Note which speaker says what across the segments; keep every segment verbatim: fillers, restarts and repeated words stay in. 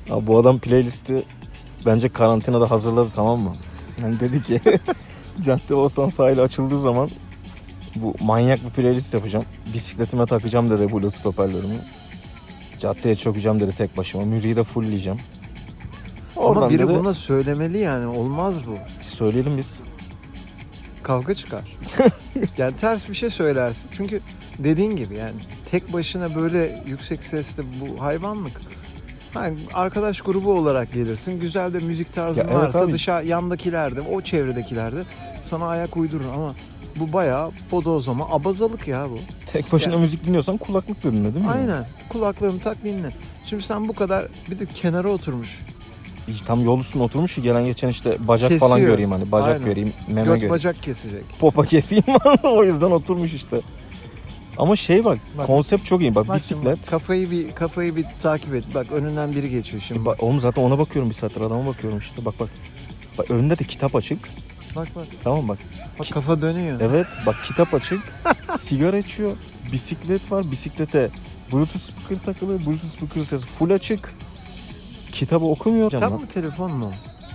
Speaker 1: Abi bu adam playlisti bence karantinada hazırladı, tamam mı? Yani dedi ki Caddebostan sahili açıldığı zaman bu manyak bir playlist yapacağım. Bisikletime takacağım dedi Bluetooth hoparlörümü. Caddeye çökeceğim dedi tek başıma. Müziği de fullleyeceğim. Oradan
Speaker 2: Ama biri
Speaker 1: dedi,
Speaker 2: buna söylemeli yani. Olmaz bu.
Speaker 1: söyleyelim biz.
Speaker 2: Kavga çıkar. Yani ters bir şey söylersin. Çünkü dediğin gibi yani tek başına böyle yüksek sesle bu hayvanlık. Yani arkadaş grubu olarak gelirsin. Güzel de müzik tarzın
Speaker 1: Ya evet
Speaker 2: varsa
Speaker 1: abi.
Speaker 2: dışarı yandakilerde, o çevredekilerde sana ayak uydurur ama bu bayağı bodozlama, abazalık ya bu.
Speaker 1: Tek başına
Speaker 2: Yani-
Speaker 1: müzik dinliyorsan kulaklık dinle değil mi?
Speaker 2: Aynen. Kulaklığını tak dinle. Şimdi sen bu kadar bir de kenara oturmuş.
Speaker 1: İyi, tam yol üstüne oturmuş ki gelen geçen işte bacak
Speaker 2: Kesiyor.
Speaker 1: falan göreyim hani. Bacak
Speaker 2: Aynen.
Speaker 1: göreyim, meme
Speaker 2: Göt
Speaker 1: göreyim.
Speaker 2: bacak kesecek.
Speaker 1: Popa keseyim o yüzden oturmuş işte. Ama şey bak,
Speaker 2: Bak.
Speaker 1: konsept çok iyi. Bak,
Speaker 2: Bak şimdi
Speaker 1: bisiklet.
Speaker 2: kafayı bir kafayı bir takip et. Bak önünden biri geçiyor şimdi.
Speaker 1: Bak, oğlum zaten ona bakıyorum bir saattir, adama bakıyorum işte. Bak bak. Bak önünde de kitap açık.
Speaker 2: Bak bak.
Speaker 1: Tamam bak.
Speaker 2: Bak kafa dönüyor.
Speaker 1: Evet bak, kitap açık. Sigara içiyor. Bisiklet var. Bisiklete Bluetooth speaker takılı. Bluetooth speaker sesi full açık. Kitabı okumuyor.
Speaker 2: Tam mı telefon mu?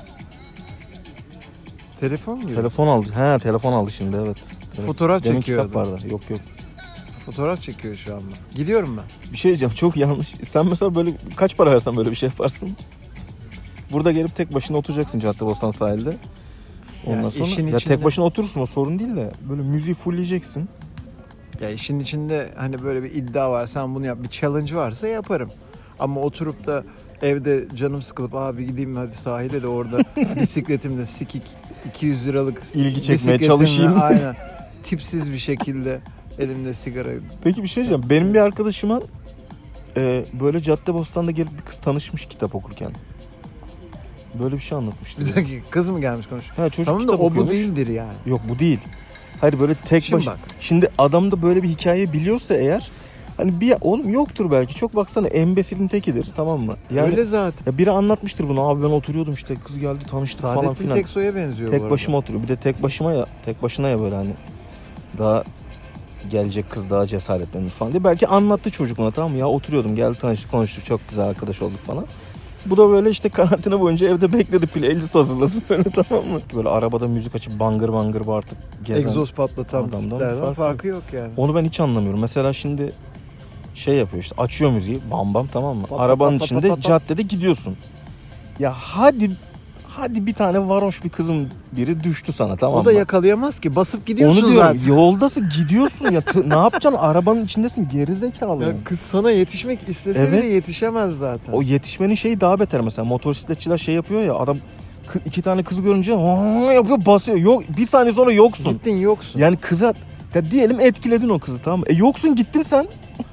Speaker 2: Telefon mu?
Speaker 1: Telefon aldı. He telefon aldı şimdi, evet. Evet.
Speaker 2: Fotoğraf
Speaker 1: Demin
Speaker 2: çekiyor
Speaker 1: kitap
Speaker 2: adam.
Speaker 1: vardı. Yok yok.
Speaker 2: Fotoğraf çekiyor şu anda. Gidiyorum ben.
Speaker 1: Bir şey diyeceğim, çok yanlış. Sen mesela böyle kaç para versen böyle bir şey yaparsın? Burada gelip tek başına oturacaksın Caddebostan sahilde. Ondan
Speaker 2: Yani
Speaker 1: sonra
Speaker 2: işin
Speaker 1: ya
Speaker 2: içinde-
Speaker 1: tek başına oturursun, o sorun değil de böyle müziği fullleyeceksin.
Speaker 2: Ya işin içinde hani böyle bir iddia var. Sen bunu yap. Bir challenge varsa yaparım. Ama oturup da evde canım sıkılıp abi gideyim hadi sahile de orada bisikletimle sikik iki yüz liralık
Speaker 1: İlgi çekmeye
Speaker 2: bisikletimle,
Speaker 1: çalışayım.
Speaker 2: Aynen. Tipsiz bir şekilde elimde sigara.
Speaker 1: Peki bir şey diyeceğim. Benim bir arkadaşıma e, böyle Caddebostan'da gelip bir kız tanışmış kitap okurken. Böyle bir şey anlatmıştı.
Speaker 2: Bir dakika, kız mı gelmiş konuş?
Speaker 1: Ha, çocuk
Speaker 2: Tamam da
Speaker 1: kitap
Speaker 2: o bu
Speaker 1: okuyormuş.
Speaker 2: değildir yani.
Speaker 1: Yok bu değil. Hayır böyle tek
Speaker 2: Şimdi
Speaker 1: baş.
Speaker 2: bak.
Speaker 1: Şimdi adam da böyle bir hikaye biliyorsa eğer, hani bir oğlum yoktur belki. Çok baksana, embesilin tekidir, tamam mı? Yani
Speaker 2: Öyle zaten.
Speaker 1: ya biri anlatmıştır bunu. Abi ben oturuyordum işte, kız geldi tanıştık falan
Speaker 2: Saadettin
Speaker 1: filan.
Speaker 2: Teksoy'a benziyor bu
Speaker 1: Tek
Speaker 2: arada.
Speaker 1: başıma oturuyor. Bir de tek başıma ya, tek başına ya böyle hani daha gelecek kız daha cesaretlenir falan diye. Belki anlattı çocuk ona, tamam mı? Ya oturuyordum, geldi tanıştık, konuştuk, çok güzel arkadaş olduk falan. Bu da böyle işte karantina boyunca evde bekledi, playlist hazırladı böyle, tamam mı? Böyle arabada müzik açıp bangır bangır bağırtıp gezen.
Speaker 2: Egzoz patlatan
Speaker 1: adamdan
Speaker 2: tiplerden
Speaker 1: farkı
Speaker 2: farkı, yok yani.
Speaker 1: Onu ben hiç anlamıyorum. Mesela şimdi şey yapıyor işte, açıyor müziği bam bam, tamam mı?
Speaker 2: Pat pat
Speaker 1: Arabanın
Speaker 2: pat pat
Speaker 1: içinde
Speaker 2: pat pat.
Speaker 1: caddede gidiyorsun. Ya hadi hadi bir tane varoş bir kızın biri düştü sana, tamam mı?
Speaker 2: O da yakalayamaz ki. Basıp gidiyorsun
Speaker 1: Onu diyorum,
Speaker 2: zaten.
Speaker 1: yoldasın gidiyorsun ya, t- ne yapacaksın, arabanın içindesin, gerizekalı.
Speaker 2: Ya
Speaker 1: Ya.
Speaker 2: kız sana yetişmek istese
Speaker 1: Evet.
Speaker 2: bile yetişemez zaten.
Speaker 1: O yetişmenin şeyi daha beter mesela, motosikletçiler şey yapıyor ya, adam kı- iki tane kızı görünce "Aa!" yapıyor, basıyor, yok bir saniye sonra yoksun.
Speaker 2: Gittin yoksun.
Speaker 1: Yani kıza ya diyelim etkiledin o kızı, tamam mı? E yoksun, gittin sen.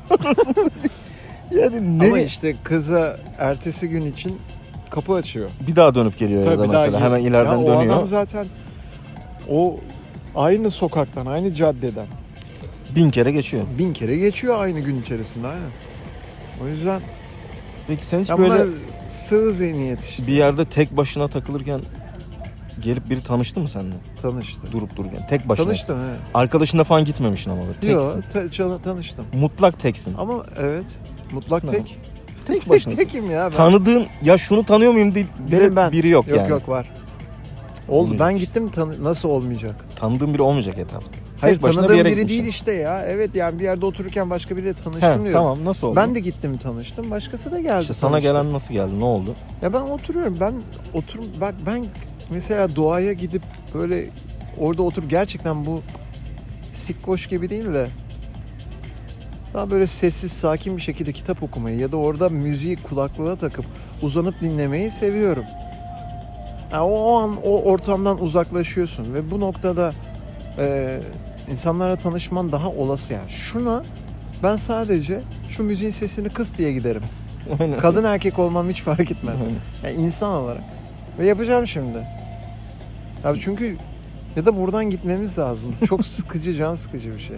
Speaker 1: Yani ne?
Speaker 2: Ama işte kıza ertesi gün için kapı açıyor.
Speaker 1: Bir daha dönüp geliyor ya da
Speaker 2: bir daha
Speaker 1: mesela
Speaker 2: gel-
Speaker 1: hemen ileriden
Speaker 2: ya
Speaker 1: dönüyor.
Speaker 2: O adam zaten o aynı sokaktan, aynı caddeden
Speaker 1: Bin kere geçiyor.
Speaker 2: bin kere geçiyor aynı gün içerisinde, aynen. O yüzden
Speaker 1: Peki sen hiç
Speaker 2: ya
Speaker 1: böyle
Speaker 2: bunlar sığ zihniyet işte.
Speaker 1: bir yerde tek başına takılırken gelip biri tanıştı mı seninle?
Speaker 2: Tanıştı.
Speaker 1: Durup dururken tek başına.
Speaker 2: Tanıştım he.
Speaker 1: Arkadaşınla falan gitmemişsin ama böyle. Teksin.
Speaker 2: Yok, ta- çala- tanıştım.
Speaker 1: Mutlak teksin.
Speaker 2: Ama evet, mutlak
Speaker 1: Tamam.
Speaker 2: tek.
Speaker 1: Tek başına.
Speaker 2: Tekim ya ben.
Speaker 1: Tanıdığın, ya şunu tanıyor muyum değil,
Speaker 2: Benim ben.
Speaker 1: biri yok,
Speaker 2: Yok
Speaker 1: yani.
Speaker 2: yok var. Oldu.
Speaker 1: Olmayacak
Speaker 2: Ben
Speaker 1: işte.
Speaker 2: gittim, tanı- nasıl olmayacak?
Speaker 1: Tanıdığın biri olmayacak etrafta.
Speaker 2: Hayır,
Speaker 1: Tek başına
Speaker 2: tanıdığım
Speaker 1: bir yere
Speaker 2: biri
Speaker 1: gitmişsin.
Speaker 2: değil işte ya. Evet yani bir yerde otururken başka biriyle tanıştım
Speaker 1: He,
Speaker 2: diyorum.
Speaker 1: tamam, nasıl oldu?
Speaker 2: Ben de gittim tanıştım. Başkası da geldi.
Speaker 1: İşte sana
Speaker 2: tanıştı.
Speaker 1: gelen nasıl geldi, ne oldu?
Speaker 2: Ya ben oturuyorum. Ben otur bak ben mesela doğaya gidip böyle orada oturup gerçekten bu sikkoş gibi değil de daha böyle sessiz, sakin bir şekilde kitap okumayı ya da orada müziği kulaklığa takıp uzanıp dinlemeyi seviyorum. Yani o, o an o ortamdan uzaklaşıyorsun ve bu noktada e, insanlarla tanışman daha olası yani. Şuna ben sadece şu müziğin sesini kıs diye giderim.
Speaker 1: Aynen.
Speaker 2: Kadın erkek olmam hiç fark etmez.
Speaker 1: Aynen.
Speaker 2: Yani insan olarak. Ve yapacağım şimdi. Abi çünkü ya da buradan gitmemiz lazım. Çok sıkıcı, can sıkıcı bir şey.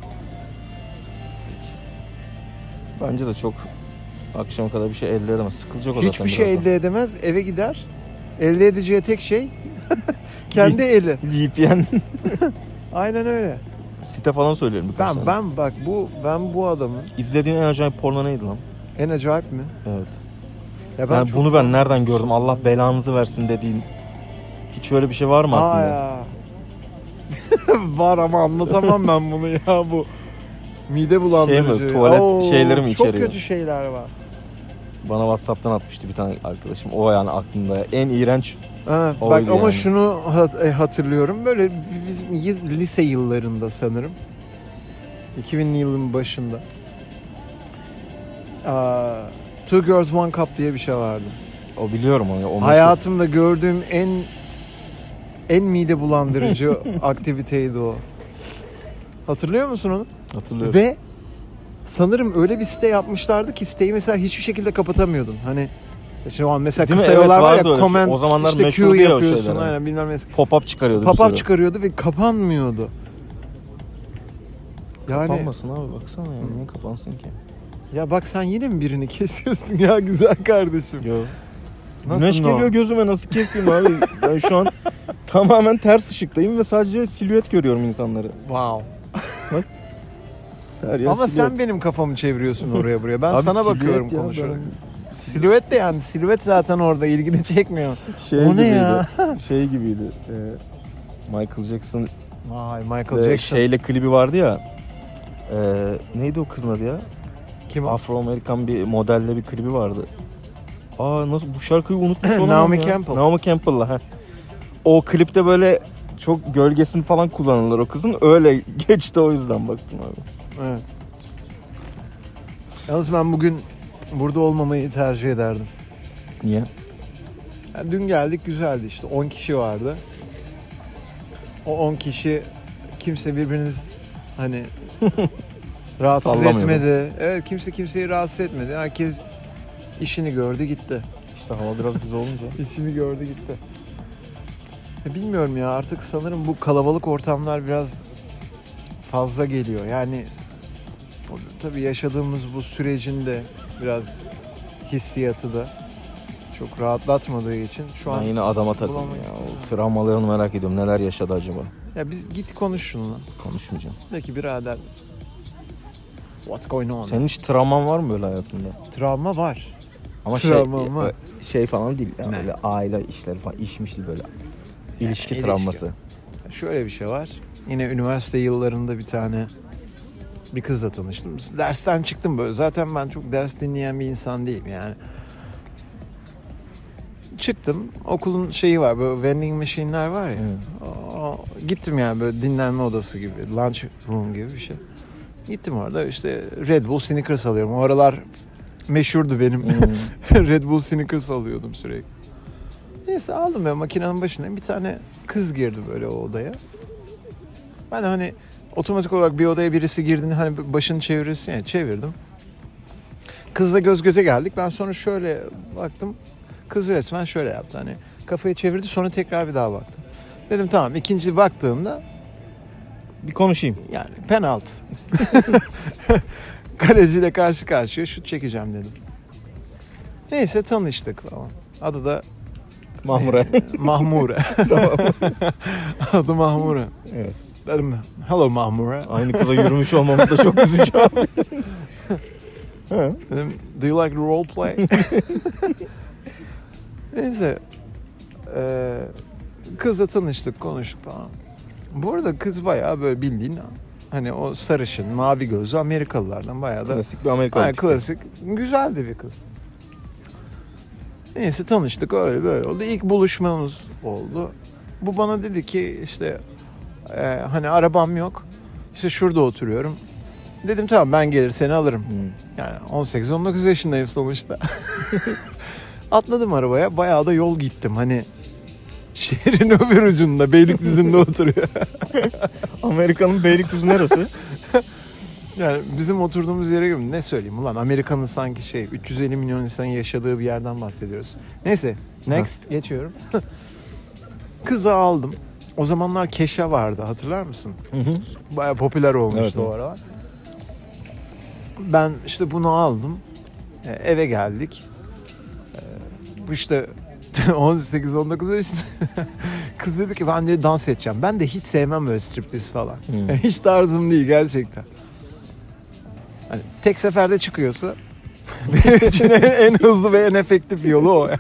Speaker 1: Bence de çok akşama kadar bir şey elde edemez. Sıkılacak o zaten.
Speaker 2: Hiçbir şey
Speaker 1: birazdan.
Speaker 2: elde edemez. Eve gider. Elde edeceği tek şey kendi eli.
Speaker 1: V P N
Speaker 2: Aynen öyle.
Speaker 1: site falan söyleyelim birkaç
Speaker 2: Ben
Speaker 1: tane.
Speaker 2: ben bak bu ben bu adamın
Speaker 1: İzlediğin en acayip porno neydi lan?
Speaker 2: en acayip mi?
Speaker 1: Evet.
Speaker 2: Ya ben
Speaker 1: yani
Speaker 2: çok...
Speaker 1: bunu ben nereden gördüm? Allah belanızı versin dediğin. Hiç öyle bir şey var mı
Speaker 2: Aa
Speaker 1: aklında?
Speaker 2: ya. Var ama anlatamam ben bunu ya, bu mide bulandırıcı.
Speaker 1: Şey mi, tuvalet
Speaker 2: Oo,
Speaker 1: şeyleri mi içeriyor?
Speaker 2: Çok kötü şeyler var.
Speaker 1: Bana WhatsApp'tan atmıştı bir tane arkadaşım. O yani aklımda. En iğrenç
Speaker 2: Ha, bak
Speaker 1: oydu
Speaker 2: ama
Speaker 1: yani.
Speaker 2: şunu hat- hatırlıyorum. Böyle biz lise yıllarında sanırım. iki binli yılın başında. Aa, Two Girls One Cup diye bir şey vardı.
Speaker 1: O biliyorum onu. o
Speaker 2: Hayatımda gördüğüm en en mide bulandırıcı aktiviteydi o. Hatırlıyor musun onu?
Speaker 1: Hatırlıyorum.
Speaker 2: Ve sanırım öyle bir site yapmışlardı ki siteyi mesela hiçbir şekilde kapatamıyordun. Hani şu an mesela
Speaker 1: Değil mi?
Speaker 2: kısa
Speaker 1: Evet,
Speaker 2: yollar var
Speaker 1: vardı
Speaker 2: ya,
Speaker 1: öyle bir şey.
Speaker 2: comment,
Speaker 1: O zamanlar
Speaker 2: işte
Speaker 1: meşhurdu
Speaker 2: Q
Speaker 1: ya o
Speaker 2: yapıyorsun,
Speaker 1: şeyler.
Speaker 2: aynen bilmem ne.
Speaker 1: Pop-up çıkarıyordu bir
Speaker 2: Pop-up
Speaker 1: sürü.
Speaker 2: çıkarıyordu ve kapanmıyordu. Yani
Speaker 1: Kapanmasın abi, baksana ya. Niye kapansın ki?
Speaker 2: ya bak sen yine mi birini kesiyorsun ya güzel kardeşim?
Speaker 1: Yo.
Speaker 2: Nasıl
Speaker 1: Güneş
Speaker 2: no?
Speaker 1: geliyor gözüme, nasıl keseyim abi? Ben şu an tamamen ters ışıktayım ve sadece silüet görüyorum insanları.
Speaker 2: Wow.
Speaker 1: Her yer
Speaker 2: Ama
Speaker 1: silüet.
Speaker 2: sen benim kafamı çeviriyorsun oraya buraya. Ben
Speaker 1: Abi
Speaker 2: sana
Speaker 1: silüet
Speaker 2: bakıyorum,
Speaker 1: ya,
Speaker 2: konuşuyorum.
Speaker 1: ben-
Speaker 2: Silüet de yani silüet zaten orada ilgini çekmiyor.
Speaker 1: Şey
Speaker 2: O ne
Speaker 1: gibiydi,
Speaker 2: ya?
Speaker 1: Şey gibiydi. e, Michael Jackson
Speaker 2: Vay Michael
Speaker 1: e,
Speaker 2: Jackson.
Speaker 1: şeyle klibi vardı ya. E, neydi o kızın adı ya?
Speaker 2: Kim o?
Speaker 1: Afro-Amerikan bir modelle bir klibi vardı. Aa, nasıl bu şarkıyı unutmuş olamam
Speaker 2: Naomi
Speaker 1: ya.
Speaker 2: Campbell.
Speaker 1: Naomi Campbell'la. Heh. O klipte böyle çok gölgesini falan kullanırlar o kızın. Öyle geçti, o yüzden baktım abi.
Speaker 2: Evet. Yalnız ben bugün burada olmamayı tercih ederdim.
Speaker 1: Niye?
Speaker 2: Yani dün geldik, güzeldi işte. on kişi vardı. O on kişi kimse birbiriniz hani rahatsız
Speaker 1: Sallamıyordu.
Speaker 2: etmedi. Evet, kimse kimseyi rahatsız etmedi. Herkes işini gördü gitti.
Speaker 1: İşte hava biraz güzel olunca.
Speaker 2: İşini gördü gitti. Ya bilmiyorum ya, artık sanırım bu kalabalık ortamlar biraz fazla geliyor. Yani bu- tabii yaşadığımız bu sürecin de biraz hissiyatı da çok rahatlatmadığı için şu an
Speaker 1: Ben yine adama takıldım
Speaker 2: bulamayız.
Speaker 1: ya. O travmalarını merak ediyorum. Neler yaşadı acaba?
Speaker 2: ya biz git konuş şununla.
Speaker 1: Konuşmayacağım.
Speaker 2: De ki birader, what's going on?
Speaker 1: Senin hiç travman var mı böyle hayatında?
Speaker 2: Travma var.
Speaker 1: Ama
Speaker 2: Travman
Speaker 1: şey,
Speaker 2: var.
Speaker 1: şey falan değil. Yani
Speaker 2: Ne?
Speaker 1: böyle aile işleri falan, işmiş değil böyle. İlişki
Speaker 2: ilişki.
Speaker 1: travması.
Speaker 2: Şöyle bir şey var. Yine üniversite yıllarında bir tane bir kızla tanıştım. Dersten çıktım böyle. Zaten ben çok ders dinleyen bir insan değilim yani. Çıktım. Okulun şeyi var. Böyle vending machine'ler var ya.
Speaker 1: Hı.
Speaker 2: O, gittim yani böyle dinlenme odası gibi. Lunch room gibi bir şey. Gittim orada işte Red Bull Snickers alıyorum. O aralar meşhurdu benim.
Speaker 1: Hmm.
Speaker 2: Red Bull Snickers alıyordum sürekli. Neyse aldım ben makinenin başına. Bir tane kız girdi böyle o odaya. Ben de hani otomatik olarak bir odaya birisi girdiğinde hani başını çevirirsin ya, çevirdim. Kızla göz göze geldik. Ben sonra şöyle baktım. Kız resmen şöyle yaptı, hani kafayı çevirdi, sonra tekrar bir daha baktım. Dedim tamam, ikinci baktığında
Speaker 1: Bir konuşayım.
Speaker 2: yani penaltı. Kaleciyle karşı karşıya şut çekeceğim dedim. Neyse tanıştık falan. Adı da
Speaker 1: Mahmure.
Speaker 2: Mahmure. Adı Mahmure.
Speaker 1: Evet.
Speaker 2: Dedim hello Mahmure.
Speaker 1: Aynı kıza yürümüş olmamız da çok üzücü abi. Ha.
Speaker 2: Dedim do you like role play? Neyse. Ee, kızla tanıştık, konuştuk falan. Bu arada kız bayağı böyle bildiğin hani o sarışın, mavi gözlü Amerikalılardan bayağı da
Speaker 1: Klasik bir Amerikalı.
Speaker 2: bayağı
Speaker 1: tipi.
Speaker 2: klasik, güzeldi bir kız. Neyse tanıştık, öyle böyle oldu. İlk buluşmamız oldu. Bu bana dedi ki işte e, hani arabam yok. İşte şurada oturuyorum. Dedim tamam, ben gelir seni alırım.
Speaker 1: Hmm.
Speaker 2: Yani on sekiz on dokuz yaşındayım sonuçta. Atladım arabaya, bayağı da yol gittim. Hani şehrin öbür ucunda, Beylikdüzü'nde oturuyor.
Speaker 1: Amerika'nın Beylikdüzü neresi?
Speaker 2: Yani bizim oturduğumuz yere göre ne söyleyeyim ulan, Amerika'nın sanki şey üç yüz elli milyon insanın yaşadığı bir yerden bahsediyoruz. Neyse next geçiyorum. Kızı aldım. O zamanlar Keşa vardı, hatırlar mısın?
Speaker 1: Hı hı.
Speaker 2: Bayağı popüler olmuştu
Speaker 1: Evet,
Speaker 2: o
Speaker 1: evet.
Speaker 2: aralar. Ben işte bunu aldım. Ee, eve geldik. Ee, bu işte on sekiz on dokuz yaşında. Kız dedi ki ben de dans edeceğim. Ben de hiç sevmem böyle striptiz falan.
Speaker 1: Hmm.
Speaker 2: Hiç tarzım değil gerçekten. Hani tek seferde çıkıyorsa Benim için en, en hızlı ve en efektif yolu o.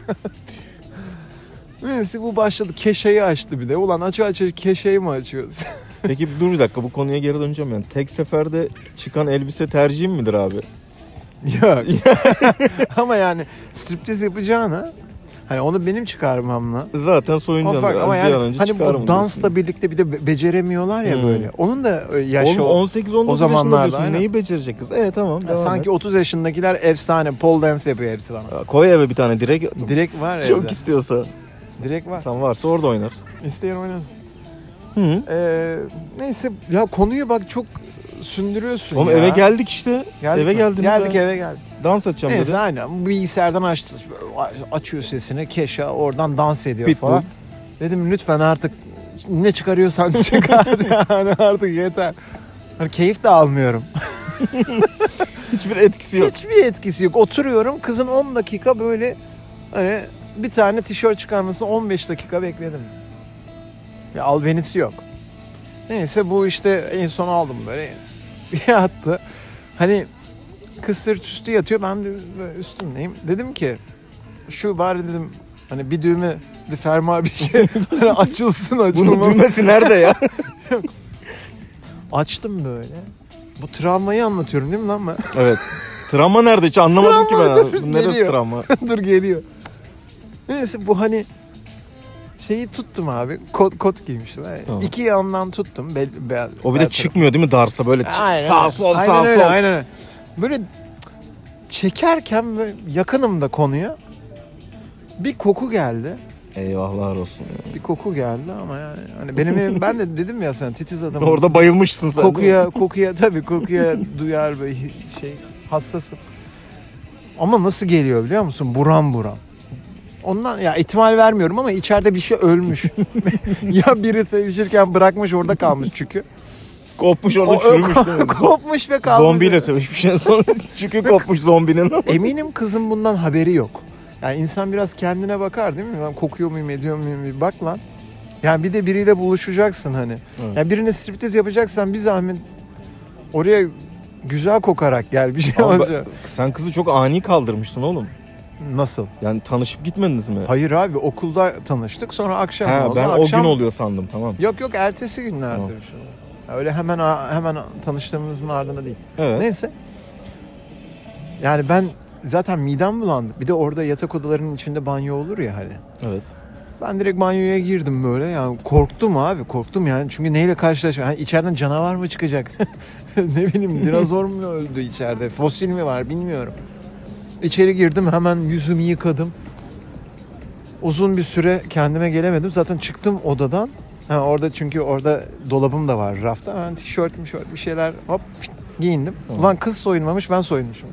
Speaker 2: Neyse bu başladı. Keşeyi açtı bir de. Ulan aç aç keşeyi mi açıyoruz?
Speaker 1: Peki dur bir dakika, bu konuya geri döneceğim yani. Tek seferde çıkan elbise tercihim midir abi?
Speaker 2: Yok. Ama yani striptiz yapacağına hani onu benim çıkarmamla.
Speaker 1: Zaten soyuncan.
Speaker 2: Ama yani hani bu dansla birlikte bir de be- beceremiyorlar ya hmm. böyle. Onun da yaşı
Speaker 1: on sekiz on dokuz
Speaker 2: o zamanlarda
Speaker 1: neyi becerecek kız? Evet tamam.
Speaker 2: Ya sanki et. otuz yaşındakiler efsane pole dance yapıyor hepsi bana.
Speaker 1: Ya, koy eve bir tane direkt.
Speaker 2: Direkt var
Speaker 1: çok
Speaker 2: evde.
Speaker 1: istiyorsa.
Speaker 2: Direkt var.
Speaker 1: Tam varsa orada oynar.
Speaker 2: İsteyen oynasın.
Speaker 1: Hı.
Speaker 2: Ee, neyse ya konuyu bak çok sündürüyorsun.
Speaker 1: Oğlum
Speaker 2: ya.
Speaker 1: eve geldik işte.
Speaker 2: Geldik
Speaker 1: eve
Speaker 2: geldik. Geldik eve geldik.
Speaker 1: Dans edeceğim
Speaker 2: neyse,
Speaker 1: dedi.
Speaker 2: Neyse aynen bilgisayardan açtı. Açıyor sesini. Keşa oradan dans ediyor
Speaker 1: Pitbull.
Speaker 2: falan. Dedim lütfen artık ne çıkarıyorsan çıkar yani artık yeter. Hani keyif de almıyorum.
Speaker 1: Hiçbir etkisi yok.
Speaker 2: Hiçbir etkisi yok. Oturuyorum kızın on dakika böyle hani bir tane tişört çıkarmasını on beş dakika bekledim. Ya albenisi yok. Neyse bu işte en son aldım böyle yattı. Hani kız sırt üstü yatıyor, ben de üstündeyim. Dedim ki şu bari dedim hani bir düğme bir fermuar bir şey hani açılsın açılmaz.
Speaker 1: Bunun düğmesi nerede ya?
Speaker 2: Yok. Açtım böyle. Bu travmayı anlatıyorum değil mi lan ben?
Speaker 1: Evet. Travma nerede? Hiç anlamadım
Speaker 2: travma
Speaker 1: ki ben. Neresi
Speaker 2: geliyor.
Speaker 1: travma?
Speaker 2: Dur geliyor. Neyse bu hani şeyi tuttum abi. Kot, kot giymiştim. Tamam. İki yandan tuttum. Bel, bel,
Speaker 1: o bir de çıkmıyor değil mi darsa böyle
Speaker 2: aynen,
Speaker 1: sağ sol
Speaker 2: aynen
Speaker 1: sağ
Speaker 2: öyle,
Speaker 1: sol.
Speaker 2: Aynen öyle. Böyle çekerken böyle yakınımda konuya bir koku geldi.
Speaker 1: Eyvahlar olsun ya.
Speaker 2: Bir koku geldi ama yani hani benim evim, ben de dedim ya sen titiz adamım.
Speaker 1: Orada bayılmışsın sen.
Speaker 2: Kokuya kokuya tabii kokuya duyar böyle şey hassasım. Ama nasıl geliyor biliyor musun? Buram buram. Ondan ya ihtimal vermiyorum ama içeride bir şey ölmüş. Ya biri sevişirken bırakmış orada kalmış çünkü.
Speaker 1: Kopmuş orada
Speaker 2: o,
Speaker 1: çürümüş
Speaker 2: o,
Speaker 1: değil mi?
Speaker 2: Kopmuş ve kalmış.
Speaker 1: Zombiyle sevişmiş en son. Çünkü kopmuş zombinin.
Speaker 2: Eminim kızın bundan haberi yok. Yani insan biraz kendine bakar değil mi? Ben kokuyor muyum ediyor muyum bir bak lan. Yani bir de biriyle buluşacaksın hani. Evet. Yani birine striptiz yapacaksan bir zahmet oraya güzel kokarak gel bir şey olacak.
Speaker 1: Sen kızı çok ani kaldırmışsın oğlum.
Speaker 2: Nasıl?
Speaker 1: Yani tanışıp gitmediniz mi?
Speaker 2: Hayır abi okulda tanıştık sonra akşam
Speaker 1: ha,
Speaker 2: oldu.
Speaker 1: Ben
Speaker 2: akşam...
Speaker 1: o gün oluyor sandım tamam.
Speaker 2: Yok yok ertesi günlerde tamam. Bir şey. Öyle hemen hemen tanıştığımızın ardına değil.
Speaker 1: Evet.
Speaker 2: Neyse. Yani ben zaten midem bulandı. Bir de orada yatak odalarının içinde banyo olur ya hani.
Speaker 1: Evet.
Speaker 2: Ben direkt banyoya girdim böyle yani korktum abi korktum yani çünkü neyle karşılaşacağım yani içeriden canavar mı çıkacak ne bileyim dinozor mu öldü içeride fosil mi var bilmiyorum. İçeri girdim hemen yüzümü yıkadım uzun bir süre kendime gelemedim zaten çıktım odadan ha, orada çünkü orada dolabım da var rafta ben tişört mişört bir şeyler hop pişt, giyindim. Hı. Ulan kız soyunmamış ben soyunmuşum.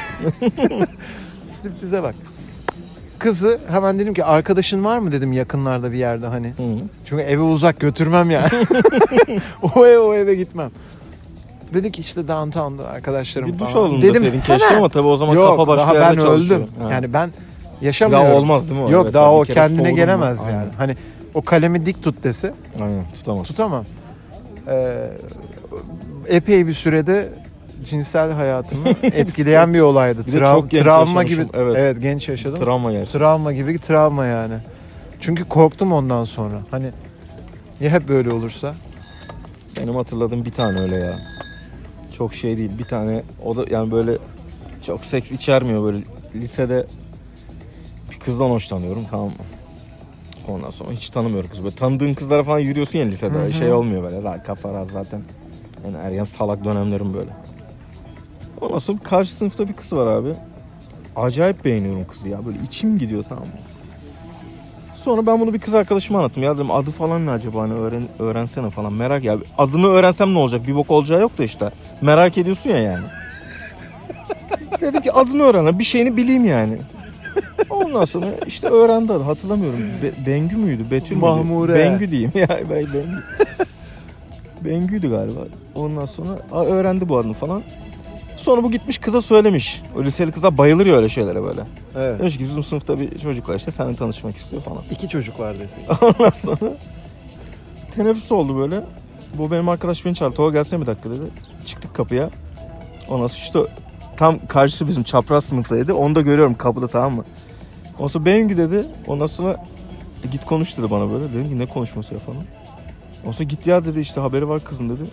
Speaker 2: Striptize bak. Kızı hemen dedim ki arkadaşın var mı dedim yakınlarda bir yerde hani. Hı. Çünkü eve uzak götürmem yani. o eve o eve gitmem. Dedi ki işte downtown'da arkadaşlarım
Speaker 1: bir duş
Speaker 2: falan.
Speaker 1: alın dedim keşke hemen. Ama tabii o zaman
Speaker 2: yok,
Speaker 1: kafa başka
Speaker 2: daha
Speaker 1: yerde
Speaker 2: ben
Speaker 1: çalışıyor.
Speaker 2: öldüm.
Speaker 1: Ha.
Speaker 2: Yani ben yaşamıyorum.
Speaker 1: Daha olmaz değil mi o?
Speaker 2: Yok
Speaker 1: evet,
Speaker 2: daha o kendine gelemez yani.
Speaker 1: Aynen.
Speaker 2: Hani o kalemi dik tut dese.
Speaker 1: Aynen tutamaz.
Speaker 2: Tutamam. Ee, epey bir sürede cinsel hayatımı etkileyen bir olaydı.
Speaker 1: Bir
Speaker 2: Trav- travma gibi.
Speaker 1: Evet.
Speaker 2: evet genç yaşadım.
Speaker 1: Travma gerçekten.
Speaker 2: Travma gibi travma yani. Çünkü korktum ondan sonra. Hani ya hep böyle olursa?
Speaker 1: Benim hatırladığım bir tane öyle ya. Çok şey değil. Bir tane o da yani böyle çok seks içermiyor böyle lisede bir kızdan hoşlanıyorum tamam mı? Ondan sonra hiç tanımıyorum kızı. Böyle tanıdığın kızlara falan yürüyorsun ya lisede. Hı-hı. Şey olmuyor böyle. Daha kafa rahat zaten. Yani ergen salak dönemlerim böyle. Ondan sonra karşı sınıfta bir kız var abi. Acayip beğeniyorum kızı ya. Böyle içim gidiyor tamam mı? Sonra ben bunu bir kız arkadaşıma anlattım. Ya dedim adı falan ne acaba hani öğren, öğrensene falan merak ya. Adını öğrensem ne olacak? Bir bok olacağı yok da işte. Merak ediyorsun ya yani. Dedim ki adını öğren. Bir şeyini bileyim yani. Ondan sonra işte öğrendi adı. Hatırlamıyorum. Be- Bengü müydü? Betül müydü?
Speaker 2: Mahmure.
Speaker 1: Bengü diyeyim. Ya ben Bengü. Bengü'ydü galiba. Ondan sonra öğrendi bu adını falan. Sonra bu gitmiş kıza söylemiş. O liseli kıza bayılır ya öyle şeylere böyle.
Speaker 2: Evet.
Speaker 1: Demiş ki bizim sınıfta bir çocuk var işte seninle tanışmak istiyor falan.
Speaker 2: İki çocuk var desin.
Speaker 1: Ondan sonra teneffüs oldu böyle. Bu benim arkadaş beni çağırdı. Tova gelsene bir dakika dedi. Çıktık kapıya. Ondan sonra işte tam karşı bizim çapraz sınıftaydı. Onu da görüyorum kapıda, tamam mı? Ondan sonra Bengü dedi. Ondan sonra e, git konuş dedi bana böyle. Dedim ki ne konuşması ya falan. Ondan sonra git ya dedi, işte haberi var kızın dedi.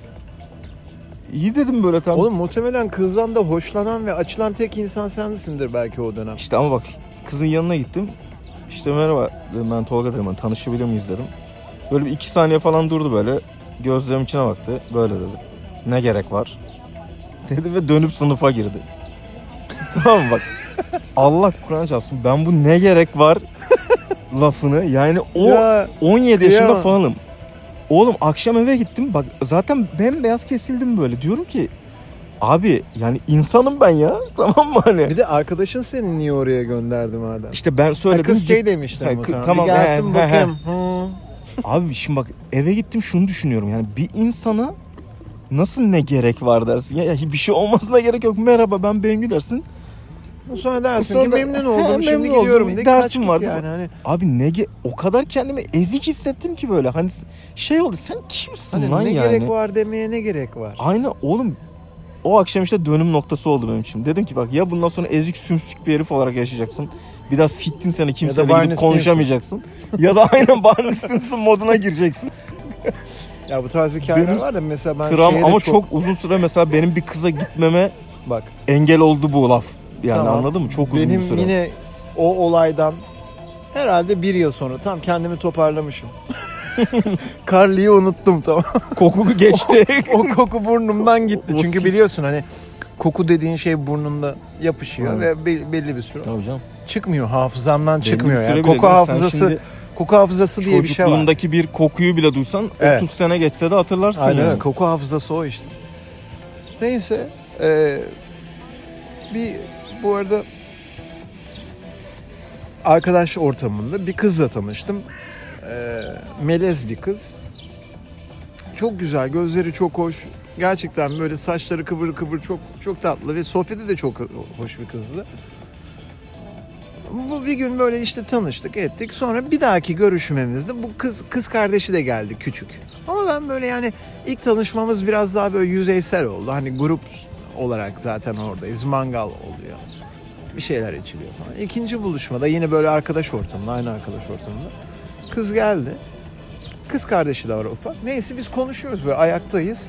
Speaker 1: İyi dedim böyle, tamam.
Speaker 2: Oğlum muhtemelen kızdan da hoşlanan ve açılan tek insan sensindir belki o dönem.
Speaker 1: İşte ama bak, kızın yanına gittim. İşte merhaba dedim, ben Tolga dedim, ben tanışabilir miyiz dedim. Böyle bir iki saniye falan durdu böyle. Gözlerimin içine baktı. Böyle dedi. Ne gerek var? Dedi ve dönüp sınıfa girdi. Tamam mı bak. Allah Kur'an çarpsın, ben bu ne gerek var lafını, yani o
Speaker 2: Ya,
Speaker 1: on yedi yaşında
Speaker 2: kıyamam.
Speaker 1: falanım. Oğlum akşam eve gittim. Bak zaten bembeyaz kesildim böyle. Diyorum ki abi yani insanım ben ya. Tamam mı hani?
Speaker 2: Bir de arkadaşın seni niye oraya gönderdi madem?
Speaker 1: İşte ben
Speaker 2: Ha,
Speaker 1: söyledim.
Speaker 2: kız şey
Speaker 1: git-
Speaker 2: demişti
Speaker 1: Ha,
Speaker 2: ama
Speaker 1: kı-
Speaker 2: tamam.
Speaker 1: tamam,
Speaker 2: Bir gelsin
Speaker 1: he, he,
Speaker 2: bakayım. Hı.
Speaker 1: Abi şimdi bak, eve gittim, şunu düşünüyorum. Yani bir insana nasıl ne gerek var dersin? Ya, ya bir şey olmasına gerek yok. Merhaba ben Bengü dersin.
Speaker 2: Sonra dersin
Speaker 1: Sonra
Speaker 2: ki
Speaker 1: da-
Speaker 2: memnun
Speaker 1: He,
Speaker 2: oldum,
Speaker 1: memnun
Speaker 2: şimdi
Speaker 1: oldum.
Speaker 2: gidiyorum de,
Speaker 1: Dersim
Speaker 2: kaç git
Speaker 1: vardı.
Speaker 2: yani hani.
Speaker 1: Abi ne ge- o kadar kendimi ezik hissettim ki böyle. Hani şey oldu, sen kimsin
Speaker 2: Hani
Speaker 1: lan
Speaker 2: ne
Speaker 1: yani?
Speaker 2: gerek var demeye ne gerek var?
Speaker 1: Aynen oğlum. O akşam işte dönüm noktası oldu benim için. Dedim ki bak, ya bundan sonra ezik sümsük bir herif olarak yaşayacaksın. Bir daha sittin seni, kimseyle
Speaker 2: Barney
Speaker 1: gidip konuşamayacaksın. Ya da aynen Barney Stinson moduna gireceksin.
Speaker 2: Ya bu tarz hikayeler
Speaker 1: Benim
Speaker 2: var da mesela ben
Speaker 1: Travma
Speaker 2: şeye de
Speaker 1: ama
Speaker 2: çok...
Speaker 1: çok uzun süre mesela benim bir kıza gitmeme
Speaker 2: Bak
Speaker 1: engel oldu bu laf. Yani
Speaker 2: tamam,
Speaker 1: anladın mı? Çok uzun
Speaker 2: benim
Speaker 1: bir süre.
Speaker 2: yine o olaydan herhalde bir yıl sonra tam kendimi toparlamışım. Carly'yi unuttum tamam.
Speaker 1: Koku geçti.
Speaker 2: O koku burnumdan gitti.
Speaker 1: O- o
Speaker 2: Çünkü
Speaker 1: sis-
Speaker 2: biliyorsun hani koku dediğin şey burnunda yapışıyor
Speaker 1: Evet.
Speaker 2: ve be- belli bir süre
Speaker 1: Tabii canım.
Speaker 2: çıkmıyor, hafızamdan çıkmıyor
Speaker 1: Belli bir
Speaker 2: yani.
Speaker 1: süre bile
Speaker 2: Koku
Speaker 1: değil. Sen
Speaker 2: hafızası,
Speaker 1: şimdi
Speaker 2: koku hafızası diye bir şey var.
Speaker 1: çocukluğundaki bir kokuyu bile duysan
Speaker 2: Evet.
Speaker 1: otuz sene geçse de hatırlarsın
Speaker 2: Aynen
Speaker 1: yani.
Speaker 2: öyle. Koku hafızası o işte. Neyse. eee, bir bu arada arkadaş ortamında bir kızla tanıştım. Eee, melez bir kız. Çok güzel, gözleri çok hoş. Gerçekten böyle saçları kıvır kıvır, çok çok tatlı ve sohbeti de çok hoş bir kızdı. Bu bir gün böyle işte tanıştık, ettik. Sonra bir dahaki görüşmemizde bu kız kız kardeşi de geldi, küçük. Ama ben böyle yani ilk tanışmamız biraz daha böyle yüzeysel oldu. Hani grup olarak zaten oradayız. Mangal oluyor. Bir şeyler içiliyor falan. İkinci buluşmada yine böyle arkadaş ortamında, aynı arkadaş ortamında. Kız geldi. Kız kardeşi de var ufak. Neyse biz konuşuyoruz böyle, ayaktayız.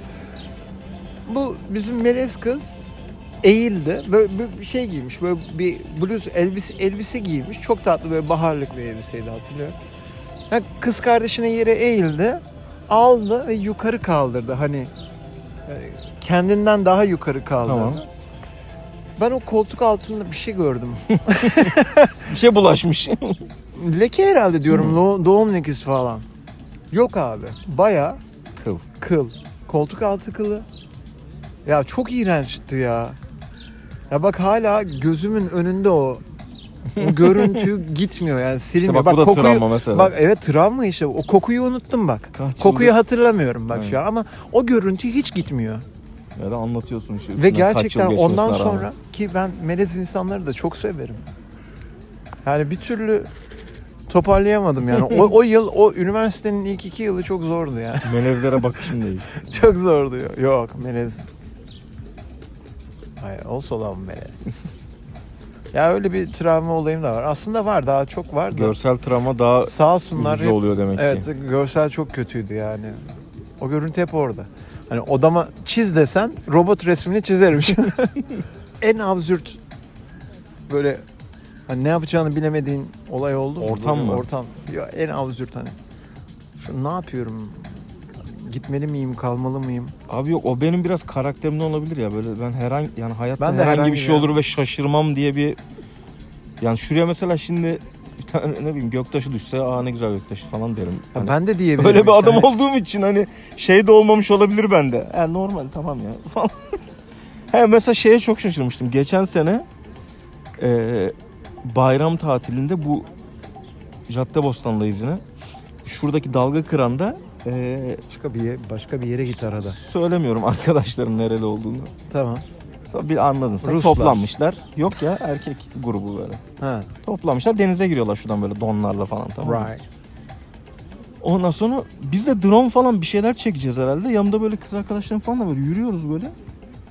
Speaker 2: Bu bizim melez kız eğildi. Böyle bir şey giymiş. Böyle bir bluz elbise elbise giymiş. Çok tatlı, böyle baharlık bir elbiseydi, hatırlıyorum. Yani kız kardeşine yere eğildi. Aldı ve yukarı kaldırdı. Hani e, kendinden daha yukarı kaldırdı.
Speaker 1: Tamam.
Speaker 2: Ben o koltuk altında bir şey gördüm.
Speaker 1: Bir şey bulaşmış.
Speaker 2: Leke herhalde diyorum. Do- doğum lekesi falan. Yok abi. Bayağı
Speaker 1: Kıl.
Speaker 2: kıl. Koltuk altı kılı. Ya çok iğrençti ya. Ya bak hala gözümün önünde o. O görüntü gitmiyor yani, silinmiyor.
Speaker 1: İşte bak, bu da
Speaker 2: kokuyu,
Speaker 1: travma mesela.
Speaker 2: Bak evet, travma işte. O kokuyu unuttum bak.
Speaker 1: Kaç
Speaker 2: Kokuyu
Speaker 1: yıldır-
Speaker 2: hatırlamıyorum bak
Speaker 1: Evet.
Speaker 2: şu an, ama o görüntü hiç gitmiyor.
Speaker 1: Ya da anlatıyorsun işte.
Speaker 2: Ve
Speaker 1: üstünden kaç yıl
Speaker 2: gerçekten
Speaker 1: geçmesine
Speaker 2: ondan
Speaker 1: rağmen.
Speaker 2: sonra, ki ben melez insanları da çok severim. Yani bir türlü toparlayamadım yani. o, o yıl, o üniversitenin ilk iki yılı çok zordu yani.
Speaker 1: Melezlere bakışım değil.
Speaker 2: Çok zordu. Yok melez. Hayır, also love melez. Ya öyle bir travma olayım da var. Aslında var, daha çok var da.
Speaker 1: Görsel travma daha
Speaker 2: Sağ olsunlar.
Speaker 1: üzücü
Speaker 2: hep-
Speaker 1: oluyor demek
Speaker 2: Evet,
Speaker 1: ki.
Speaker 2: görsel çok kötüydü yani. O görüntü hep orada. Hani odama çiz desen robot resmini çizerim. En absürt böyle hani ne yapacağını bilemediğin olay oldu mu?
Speaker 1: Ortam
Speaker 2: Böyle
Speaker 1: mı?
Speaker 2: Ortam. Ya en absürt hani. Şu ne yapıyorum? Gitmeli miyim, kalmalı mıyım?
Speaker 1: Abi yok, o benim biraz karakterimde olabilir ya, böyle ben herhangi yani hayatta
Speaker 2: Ben de
Speaker 1: herhangi,
Speaker 2: herhangi
Speaker 1: bir şey
Speaker 2: yani.
Speaker 1: olur ve şaşırmam diye bir, yani şuraya mesela şimdi bir tane ne bileyim göktaşı düşse, aa ne güzel göktaşı falan derim.
Speaker 2: Ya
Speaker 1: Hani
Speaker 2: ben de diyebilirim.
Speaker 1: öyle bir
Speaker 2: işte.
Speaker 1: adam
Speaker 2: Hani
Speaker 1: olduğum için hani şey de olmamış olabilir bende. Ha, normal tamam ya falan. He, mesela şeye çok şaşırmıştım. Geçen sene e, bayram tatilinde bu Caddebostan'dayız yine. Şuradaki dalga kıranda e,
Speaker 2: Başka bir, ye- başka bir yere git arada.
Speaker 1: söylemiyorum arkadaşların nereli olduğunu.
Speaker 2: Tamam.
Speaker 1: Tabii bir anladın sen.
Speaker 2: Ruslar.
Speaker 1: Toplanmışlar. Yok ya, erkek grubu böyle.
Speaker 2: Ha.
Speaker 1: Toplanmışlar, denize giriyorlar şuradan böyle donlarla falan, tamam mı?
Speaker 2: Right.
Speaker 1: Ondan sonra biz de drone falan bir şeyler çekeceğiz herhalde. Yanımda böyle kız arkadaşlarım falan da böyle yürüyoruz böyle.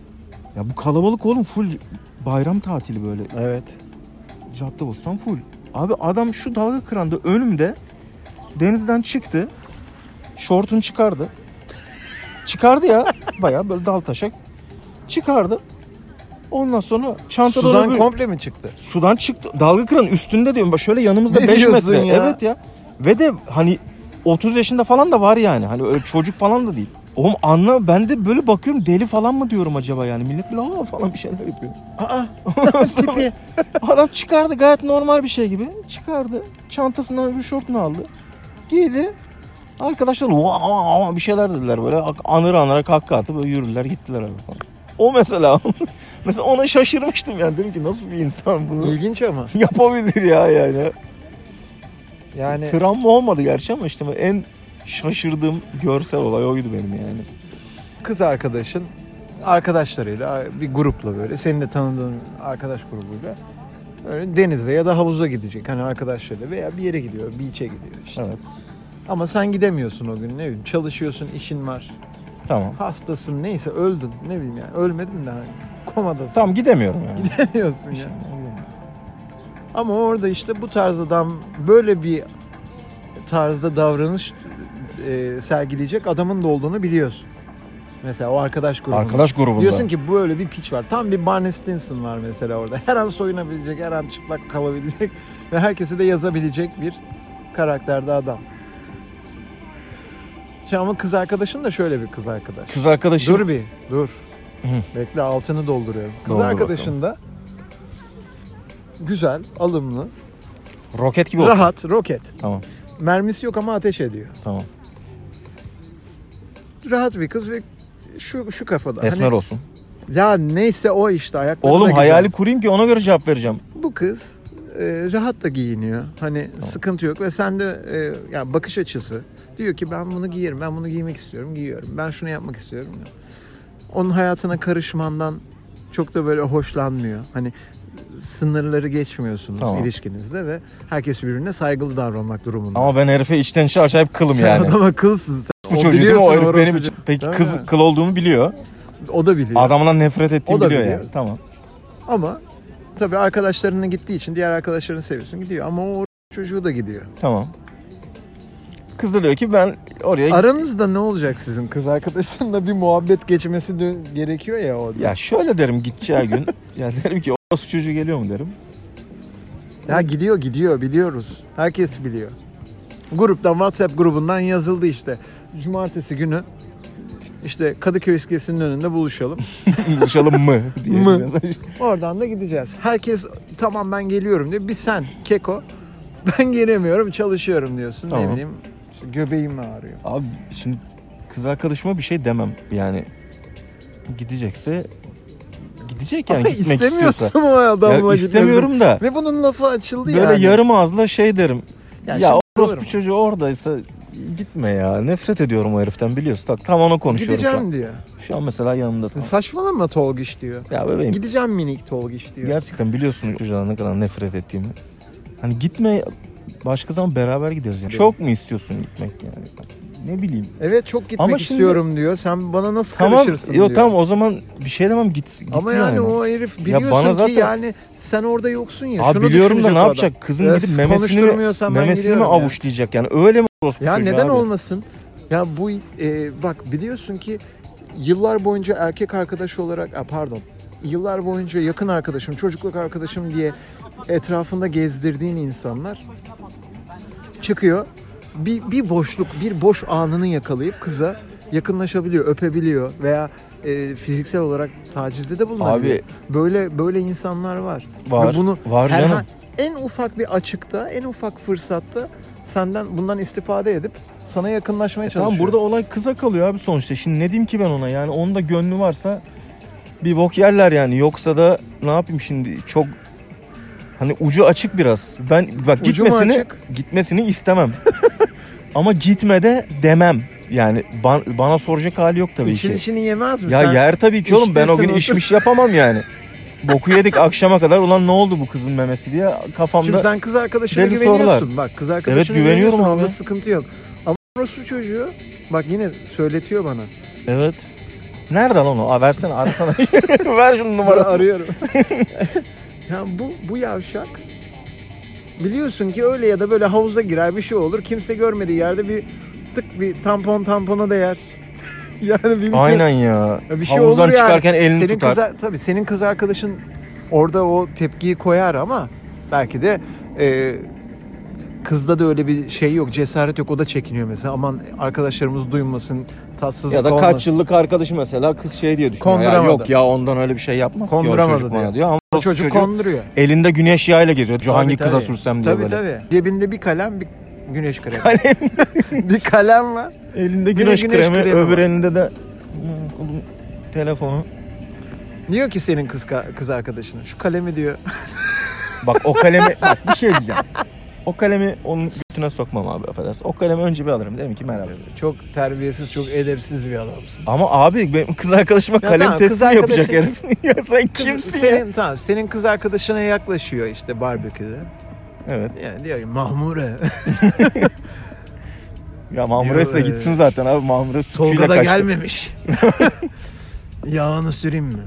Speaker 1: Ya bu kalabalık oğlum, full bayram tatili böyle.
Speaker 2: Evet.
Speaker 1: Caddebostan full. Abi adam şu dalga kıranda önümde denizden çıktı. Şortunu çıkardı. Çıkardı ya. Bayağı böyle dal taşak. Çıkardı. Ondan sonra çantada
Speaker 2: Sudan
Speaker 1: bir...
Speaker 2: komple mi çıktı?
Speaker 1: Sudan çıktı. Dalga kıran üstünde diyorum. Bak şöyle yanımızda
Speaker 2: Ne
Speaker 1: beş
Speaker 2: diyorsun
Speaker 1: metre.
Speaker 2: ya?
Speaker 1: Evet ya. Ve de hani otuz yaşında falan da var yani. Hani öyle çocuk falan da değil. Oğlum anla, ben de böyle bakıyorum, deli falan mı diyorum acaba yani. Millet böyle aa falan bir şeyler yapıyor.
Speaker 2: Aa. Tipi.
Speaker 1: Adam çıkardı gayet normal bir şey gibi. Çıkardı. Çantasından bir şortunu aldı. Giydi. Arkadaşlar vaa bir şeyler dediler böyle. Anır anıra kahkaha atıp böyle yürüdüler gittiler abi falan. O mesela. Mesela ona şaşırmıştım yani. Dedim ki nasıl bir insan bunu
Speaker 2: İlginç ama.
Speaker 1: yapabilir ya yani.
Speaker 2: Yani
Speaker 1: Travma olmadı gerçi ama işte en şaşırdığım görsel olay oydu benim yani.
Speaker 2: kız arkadaşın arkadaşlarıyla bir grupla böyle senin de tanıdığın arkadaş grubuyla böyle denize ya da havuza gidecek hani arkadaşlarıyla veya bir yere gidiyor, beach'e gidiyor işte.
Speaker 1: Evet.
Speaker 2: Ama sen gidemiyorsun o gün, ne bileyim, çalışıyorsun, işin var,
Speaker 1: Tamam.
Speaker 2: hastasın, neyse, öldün, ne bileyim yani, ölmedin de hani komadasın.
Speaker 1: Tamam gidemiyorum yani.
Speaker 2: Gidemiyorsun ya. Ama orada işte bu tarz adam, böyle bir tarzda davranış e, sergileyecek adamın da olduğunu biliyorsun. Mesela o arkadaş grubunda.
Speaker 1: Arkadaş grubunda.
Speaker 2: Diyorsun ki böyle bir piç var. Tam bir Barney Stinson var mesela orada. Her an soyunabilecek, her an çıplak kalabilecek ve herkese de yazabilecek bir karakterde adam. Şimdi ama kız arkadaşın da şöyle bir kız arkadaş.
Speaker 1: Kız arkadaşım.
Speaker 2: Dur bir, dur.
Speaker 1: Hı.
Speaker 2: Bekle, altını dolduruyorum. Kız
Speaker 1: Doldur
Speaker 2: arkadaşın da güzel, alımlı,
Speaker 1: Roket gibi olsun.
Speaker 2: rahat, roket.
Speaker 1: Tamam.
Speaker 2: Mermisi yok ama ateş ediyor.
Speaker 1: Tamam.
Speaker 2: Rahat bir kız ve şu şu kafada.
Speaker 1: Esmer
Speaker 2: Hani,
Speaker 1: olsun.
Speaker 2: ya neyse o işte, ayakları da
Speaker 1: Oğlum
Speaker 2: güzel.
Speaker 1: hayali kurayım ki ona göre cevap vereceğim.
Speaker 2: Bu kız e, rahat da giyiniyor. Hani
Speaker 1: Tamam.
Speaker 2: sıkıntı yok ve sen de e, yani bakış açısı diyor ki ben bunu giyerim, ben bunu giymek istiyorum, giyiyorum. Ben şunu yapmak istiyorum. Onun hayatına karışmandan çok da böyle hoşlanmıyor. Hani sınırları geçmiyorsunuz
Speaker 1: Tamam.
Speaker 2: ilişkinizde ve herkes birbirine saygılı davranmak durumunda.
Speaker 1: Ama ben herife içten içe acayip kılım
Speaker 2: sen
Speaker 1: yani.
Speaker 2: adama kılsın. Sen.
Speaker 1: Bu
Speaker 2: O
Speaker 1: çocuğu değil mi?
Speaker 2: biliyorsun,
Speaker 1: O herif
Speaker 2: orası
Speaker 1: benim
Speaker 2: çocuğu.
Speaker 1: için. Peki
Speaker 2: Değil
Speaker 1: kız
Speaker 2: mi?
Speaker 1: kıl olduğumu biliyor.
Speaker 2: O da biliyor.
Speaker 1: Adamdan nefret ettiğimi
Speaker 2: O da
Speaker 1: biliyor,
Speaker 2: biliyor.
Speaker 1: yani. Tamam.
Speaker 2: Ama tabii arkadaşlarına gittiği için diğer arkadaşlarını seviyorsun, gidiyor. Ama o çocuğu da gidiyor.
Speaker 1: Tamam. Kız da diyor ki ben oraya...
Speaker 2: Aranızda ne olacak sizin? Kız arkadaşınla bir muhabbet geçmesi dö- gerekiyor ya orada.
Speaker 1: Ya şöyle derim gideceği gün. Ya derim ki o çocuğu geliyor mu derim.
Speaker 2: Ya gidiyor gidiyor, biliyoruz. Herkes biliyor. Gruptan, WhatsApp grubundan yazıldı işte. Cumartesi günü işte Kadıköy iskelesinin önünde buluşalım.
Speaker 1: Buluşalım mı? diye
Speaker 2: Mı?
Speaker 1: mesaj.
Speaker 2: Oradan da gideceğiz. Herkes tamam ben geliyorum diyor. Bir sen keko, ben gelemiyorum, çalışıyorum diyorsun.
Speaker 1: Tamam.
Speaker 2: Ne bileyim, işte göbeğim ağrıyor.
Speaker 1: Abi şimdi kız arkadaşıma bir şey demem. Yani gidecekse gidecek yani,
Speaker 2: Ama
Speaker 1: gitmek
Speaker 2: istemiyorsun
Speaker 1: istiyorsa.
Speaker 2: o adamla
Speaker 1: Ya
Speaker 2: gitmesi.
Speaker 1: istemiyorum da.
Speaker 2: Ve bunun lafı açıldı
Speaker 1: Böyle
Speaker 2: yani.
Speaker 1: yarım ağızla şey derim.
Speaker 2: Ya
Speaker 1: Ya,
Speaker 2: şimdi
Speaker 1: orospu
Speaker 2: doğru mu?
Speaker 1: çocuğu oradaysa gitme ya. Nefret ediyorum o heriften, biliyorsun. Tak, tam ona konuşuyorum şu an.
Speaker 2: Gideceğim diyor.
Speaker 1: Şu an mesela yanımda. Tam.
Speaker 2: Saçmalama Tolgiş diyor.
Speaker 1: Ya bebeğim,
Speaker 2: Gideceğim minik Tolgiş diyor.
Speaker 1: gerçekten biliyorsun çocuğa ne kadar nefret ettiğimi. Hani gitme, başka zaman beraber gideriz yani. Çok mu istiyorsun gitmek yani? Ne bileyim.
Speaker 2: Evet, çok gitmek
Speaker 1: Ama şimdi-
Speaker 2: istiyorum diyor. Sen bana nasıl
Speaker 1: Tamam,
Speaker 2: karışırsın
Speaker 1: yok
Speaker 2: diyor.
Speaker 1: tamam o zaman bir şey demem, git.
Speaker 2: Ama
Speaker 1: gitmiyor
Speaker 2: yani o herif biliyorsun
Speaker 1: bana
Speaker 2: ki
Speaker 1: zaten-
Speaker 2: yani sen orada yoksun ya.
Speaker 1: Abi
Speaker 2: Şunu
Speaker 1: biliyorum da
Speaker 2: düşünecek
Speaker 1: ne
Speaker 2: o
Speaker 1: yapacak?
Speaker 2: adam.
Speaker 1: Kızın
Speaker 2: Öf,
Speaker 1: gidip memesini mi,
Speaker 2: konuşturmuyorsan ben
Speaker 1: memesini mi
Speaker 2: gidiyorum ya.
Speaker 1: avuçlayacak yani? Öyle mi orospu
Speaker 2: Ya
Speaker 1: çocuğu
Speaker 2: neden
Speaker 1: abi?
Speaker 2: olmasın? Ya bu e, bak biliyorsun ki yıllar boyunca erkek arkadaş olarak, a, pardon. Yıllar boyunca yakın arkadaşım, çocukluk arkadaşım diye etrafında gezdirdiğin insanlar çıkıyor. Bir, bir boşluk, bir boş anını yakalayıp kıza yakınlaşabiliyor, öpebiliyor veya e, fiziksel olarak tacizde de bulunabiliyor.
Speaker 1: Abi
Speaker 2: Böyle böyle insanlar var.
Speaker 1: var.
Speaker 2: Ve bunu
Speaker 1: var
Speaker 2: herha-
Speaker 1: canım.
Speaker 2: en ufak bir açıkta, en ufak fırsatta senden bundan istifade edip sana yakınlaşmaya
Speaker 1: E
Speaker 2: çalışıyor.
Speaker 1: tamam, burada olay kıza kalıyor abi sonuçta. Şimdi ne diyeyim ki ben ona yani, onun da gönlü varsa bir bok yerler yani. Yoksa da ne yapayım şimdi, çok hani ucu açık biraz. Ben bak
Speaker 2: Ucu mu
Speaker 1: gitmesini
Speaker 2: açık?
Speaker 1: gitmesini istemem. Ama gitme de demem. Yani ban- bana soracak hali yok tabii
Speaker 2: İçin
Speaker 1: ki.
Speaker 2: içini yemez mi?
Speaker 1: Ya
Speaker 2: Sen
Speaker 1: yer tabii ki oğlum, ben o
Speaker 2: iştesin,
Speaker 1: gün
Speaker 2: otur.
Speaker 1: işmiş yapamam yani. Boku yedik akşama kadar, ulan ne oldu bu kızın memesi diye kafamda.
Speaker 2: Şimdi sen kız arkadaşına
Speaker 1: deli
Speaker 2: güveniyorsun.
Speaker 1: sorular.
Speaker 2: Bak kız arkadaşına
Speaker 1: Evet, güveniyorum
Speaker 2: güveniyorsun,
Speaker 1: abi.
Speaker 2: onda sıkıntı yok. Ama orospu çocuğu bak yine söyletiyor bana.
Speaker 1: Evet. Nereden onu? Aa, versene arasana. Ver şunun numarasını.
Speaker 2: Arıyorum. Yani bu, bu yavşak biliyorsun ki öyle ya da böyle havuza girer, bir şey olur. Kimse görmediği yerde bir tık bir tampon tampona değer. Yani bilmiyorum.
Speaker 1: Aynen ya.
Speaker 2: Ya bir şey
Speaker 1: Havuzdan
Speaker 2: olur yani.
Speaker 1: çıkarken elini
Speaker 2: senin
Speaker 1: tutar.
Speaker 2: Kız, tabii senin kız arkadaşın orada o tepkiyi koyar ama belki de e, kızda da öyle bir şey yok, cesaret yok. O da çekiniyor mesela. Aman arkadaşlarımız duymasın, tatsızlık
Speaker 1: Ya da
Speaker 2: olmasın.
Speaker 1: kaç yıllık arkadaşı mesela kız şey diye düşünüyor. Ya,
Speaker 2: Konduramadı.
Speaker 1: yok ya ondan öyle bir şey yapmaz ki o
Speaker 2: Konduramadı
Speaker 1: çocuk
Speaker 2: diyor.
Speaker 1: bana diyor. Ama
Speaker 2: O çocuk,
Speaker 1: çocuk
Speaker 2: konduruyor.
Speaker 1: elinde güneş yağıyla geziyor.
Speaker 2: Tabii,
Speaker 1: Hangi
Speaker 2: tabii.
Speaker 1: kıza sürsem diye
Speaker 2: tabii,
Speaker 1: böyle.
Speaker 2: Tabii tabii. Cebinde bir kalem, bir güneş kremi. Kalem. Bir kalem var.
Speaker 1: Elinde
Speaker 2: Bir de
Speaker 1: güneş,
Speaker 2: güneş
Speaker 1: kremi,
Speaker 2: kremi
Speaker 1: öbür
Speaker 2: var.
Speaker 1: elinde de hmm, telefonu.
Speaker 2: Diyor ki senin kız kız arkadaşına şu kalemi diyor.
Speaker 1: Bak o kalemi bak bir şey diyeceğim. O kalemi onun götüne sokmam abi, affedersin. O kalemi önce bir alırım. Derim ki merhaba.
Speaker 2: Çok terbiyesiz, çok edepsiz bir adamsın.
Speaker 1: Ama abi benim kız arkadaşıma
Speaker 2: Ya
Speaker 1: kalem
Speaker 2: tamam,
Speaker 1: testi
Speaker 2: kız
Speaker 1: mi yapacak
Speaker 2: arkadaşın-
Speaker 1: herif? Ya sen
Speaker 2: Kız-
Speaker 1: kimsin
Speaker 2: senin,
Speaker 1: ya?
Speaker 2: Tamam, senin kız arkadaşına yaklaşıyor işte barbeküde.
Speaker 1: Evet.
Speaker 2: Yani diyor ki Mahmure.
Speaker 1: Ya Mahmure ise
Speaker 2: Diyor,
Speaker 1: gitsin
Speaker 2: e,
Speaker 1: zaten abi. Mahmure suçuyla
Speaker 2: Tolga da
Speaker 1: kaçtı.
Speaker 2: gelmemiş. Yağını süreyim mi?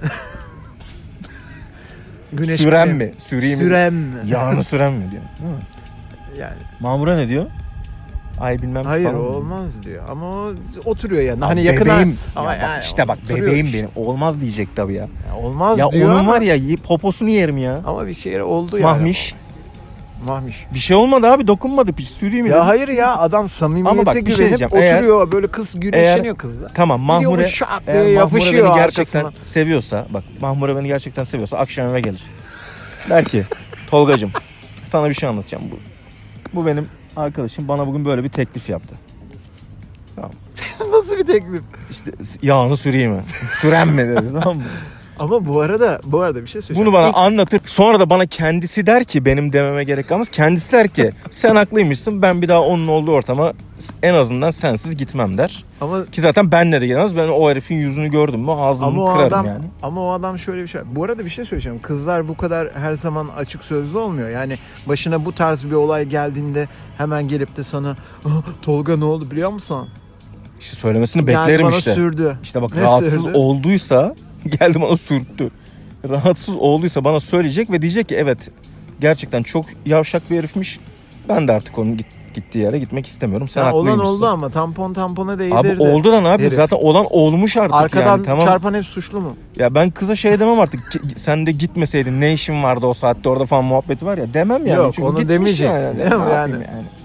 Speaker 2: Güneş
Speaker 1: Süren
Speaker 2: kremi.
Speaker 1: mi? Süreyim mi?
Speaker 2: Süren mi?
Speaker 1: Yağını süren mi diyor. Değil mi?
Speaker 2: Yani.
Speaker 1: Mahmure ne diyor? Ay bilmem
Speaker 2: Hayır
Speaker 1: falan
Speaker 2: o
Speaker 1: mı?
Speaker 2: olmaz diyor. Ama o oturuyor yani.
Speaker 1: Ya
Speaker 2: Hani yakına
Speaker 1: bebeğim.
Speaker 2: ama
Speaker 1: Ya bak
Speaker 2: yani
Speaker 1: işte bak
Speaker 2: oturuyor
Speaker 1: bebeğim
Speaker 2: işte.
Speaker 1: benim. Olmaz diyecek tabii ya.
Speaker 2: Ya olmaz
Speaker 1: Ya
Speaker 2: diyor
Speaker 1: onun
Speaker 2: ama,
Speaker 1: var ya y- poposunu yerim ya.
Speaker 2: ama bir kere oldu yani.
Speaker 1: Mahmiş.
Speaker 2: Mahmiş.
Speaker 1: Bir şey olmadı abi, dokunmadı piç, süreyim
Speaker 2: Ya
Speaker 1: dedim.
Speaker 2: hayır ya, adam samimiyete
Speaker 1: Ama bak, bir şey
Speaker 2: güvenip
Speaker 1: diyeceğim.
Speaker 2: oturuyor böyle, kız güneşleniyor kızla.
Speaker 1: Tamam Mahmure
Speaker 2: Gidiyor, şak diye
Speaker 1: eğer Mahmure
Speaker 2: yapışıyor
Speaker 1: beni gerçekten
Speaker 2: arkasına.
Speaker 1: seviyorsa, bak Mahmure beni gerçekten seviyorsa akşam eve gelir. Der ki Tolgacığım sana bir şey anlatacağım. Bu, bu benim arkadaşım bana bugün böyle bir teklif yaptı. Tamam.
Speaker 2: Nasıl bir teklif?
Speaker 1: İşte yağını süreyim mi? Süren mi dedi, tamam mı?
Speaker 2: Ama bu arada bu arada bir şey söyleyeceğim.
Speaker 1: Bunu bana
Speaker 2: İlk-
Speaker 1: anlatır. Sonra da bana kendisi der ki, benim dememe gerek kalmaz. Kendisi der ki sen haklıymışsın, ben bir daha onun olduğu ortama en azından sensiz gitmem der.
Speaker 2: ama
Speaker 1: Ki zaten benle de gelmez. Ben o herifin yüzünü gördüm mü ağzını
Speaker 2: ama o
Speaker 1: kırarım
Speaker 2: adam
Speaker 1: yani.
Speaker 2: ama o adam şöyle bir şey. Bu arada bir şey söyleyeceğim. Kızlar bu kadar her zaman açık sözlü olmuyor. Yani başına bu tarz bir olay geldiğinde hemen gelip de sana "Ah, Tolga ne oldu biliyor musun?
Speaker 1: İşte söylemesini
Speaker 2: Geldi
Speaker 1: beklerim
Speaker 2: bana
Speaker 1: işte.
Speaker 2: sürdü.
Speaker 1: İşte bak
Speaker 2: Ne
Speaker 1: rahatsız
Speaker 2: sürdü?
Speaker 1: olduysa geldi bana sürttü. Rahatsız olduysa bana söyleyecek ve diyecek ki evet gerçekten çok yavşak bir herifmiş. Ben de artık onun git, gittiği yere gitmek istemiyorum. Sen
Speaker 2: Ya olan
Speaker 1: haklıymışsın.
Speaker 2: oldu ama tampon tampona değdirdi.
Speaker 1: Abi oldu da ne yapayım?
Speaker 2: herif.
Speaker 1: Zaten olan olmuş artık
Speaker 2: Arkadan
Speaker 1: yani. Tamam.
Speaker 2: çarpan hep suçlu mu?
Speaker 1: Ya ben kıza şey demem artık. Ki- Sen de gitmeseydin ne işin vardı o saatte orada falan muhabbeti var ya. Demem yani.
Speaker 2: Yok,
Speaker 1: Çünkü
Speaker 2: onu
Speaker 1: gitmiş
Speaker 2: demeyeceksin,
Speaker 1: yani.
Speaker 2: değil mi
Speaker 1: Ne yapayım
Speaker 2: yani?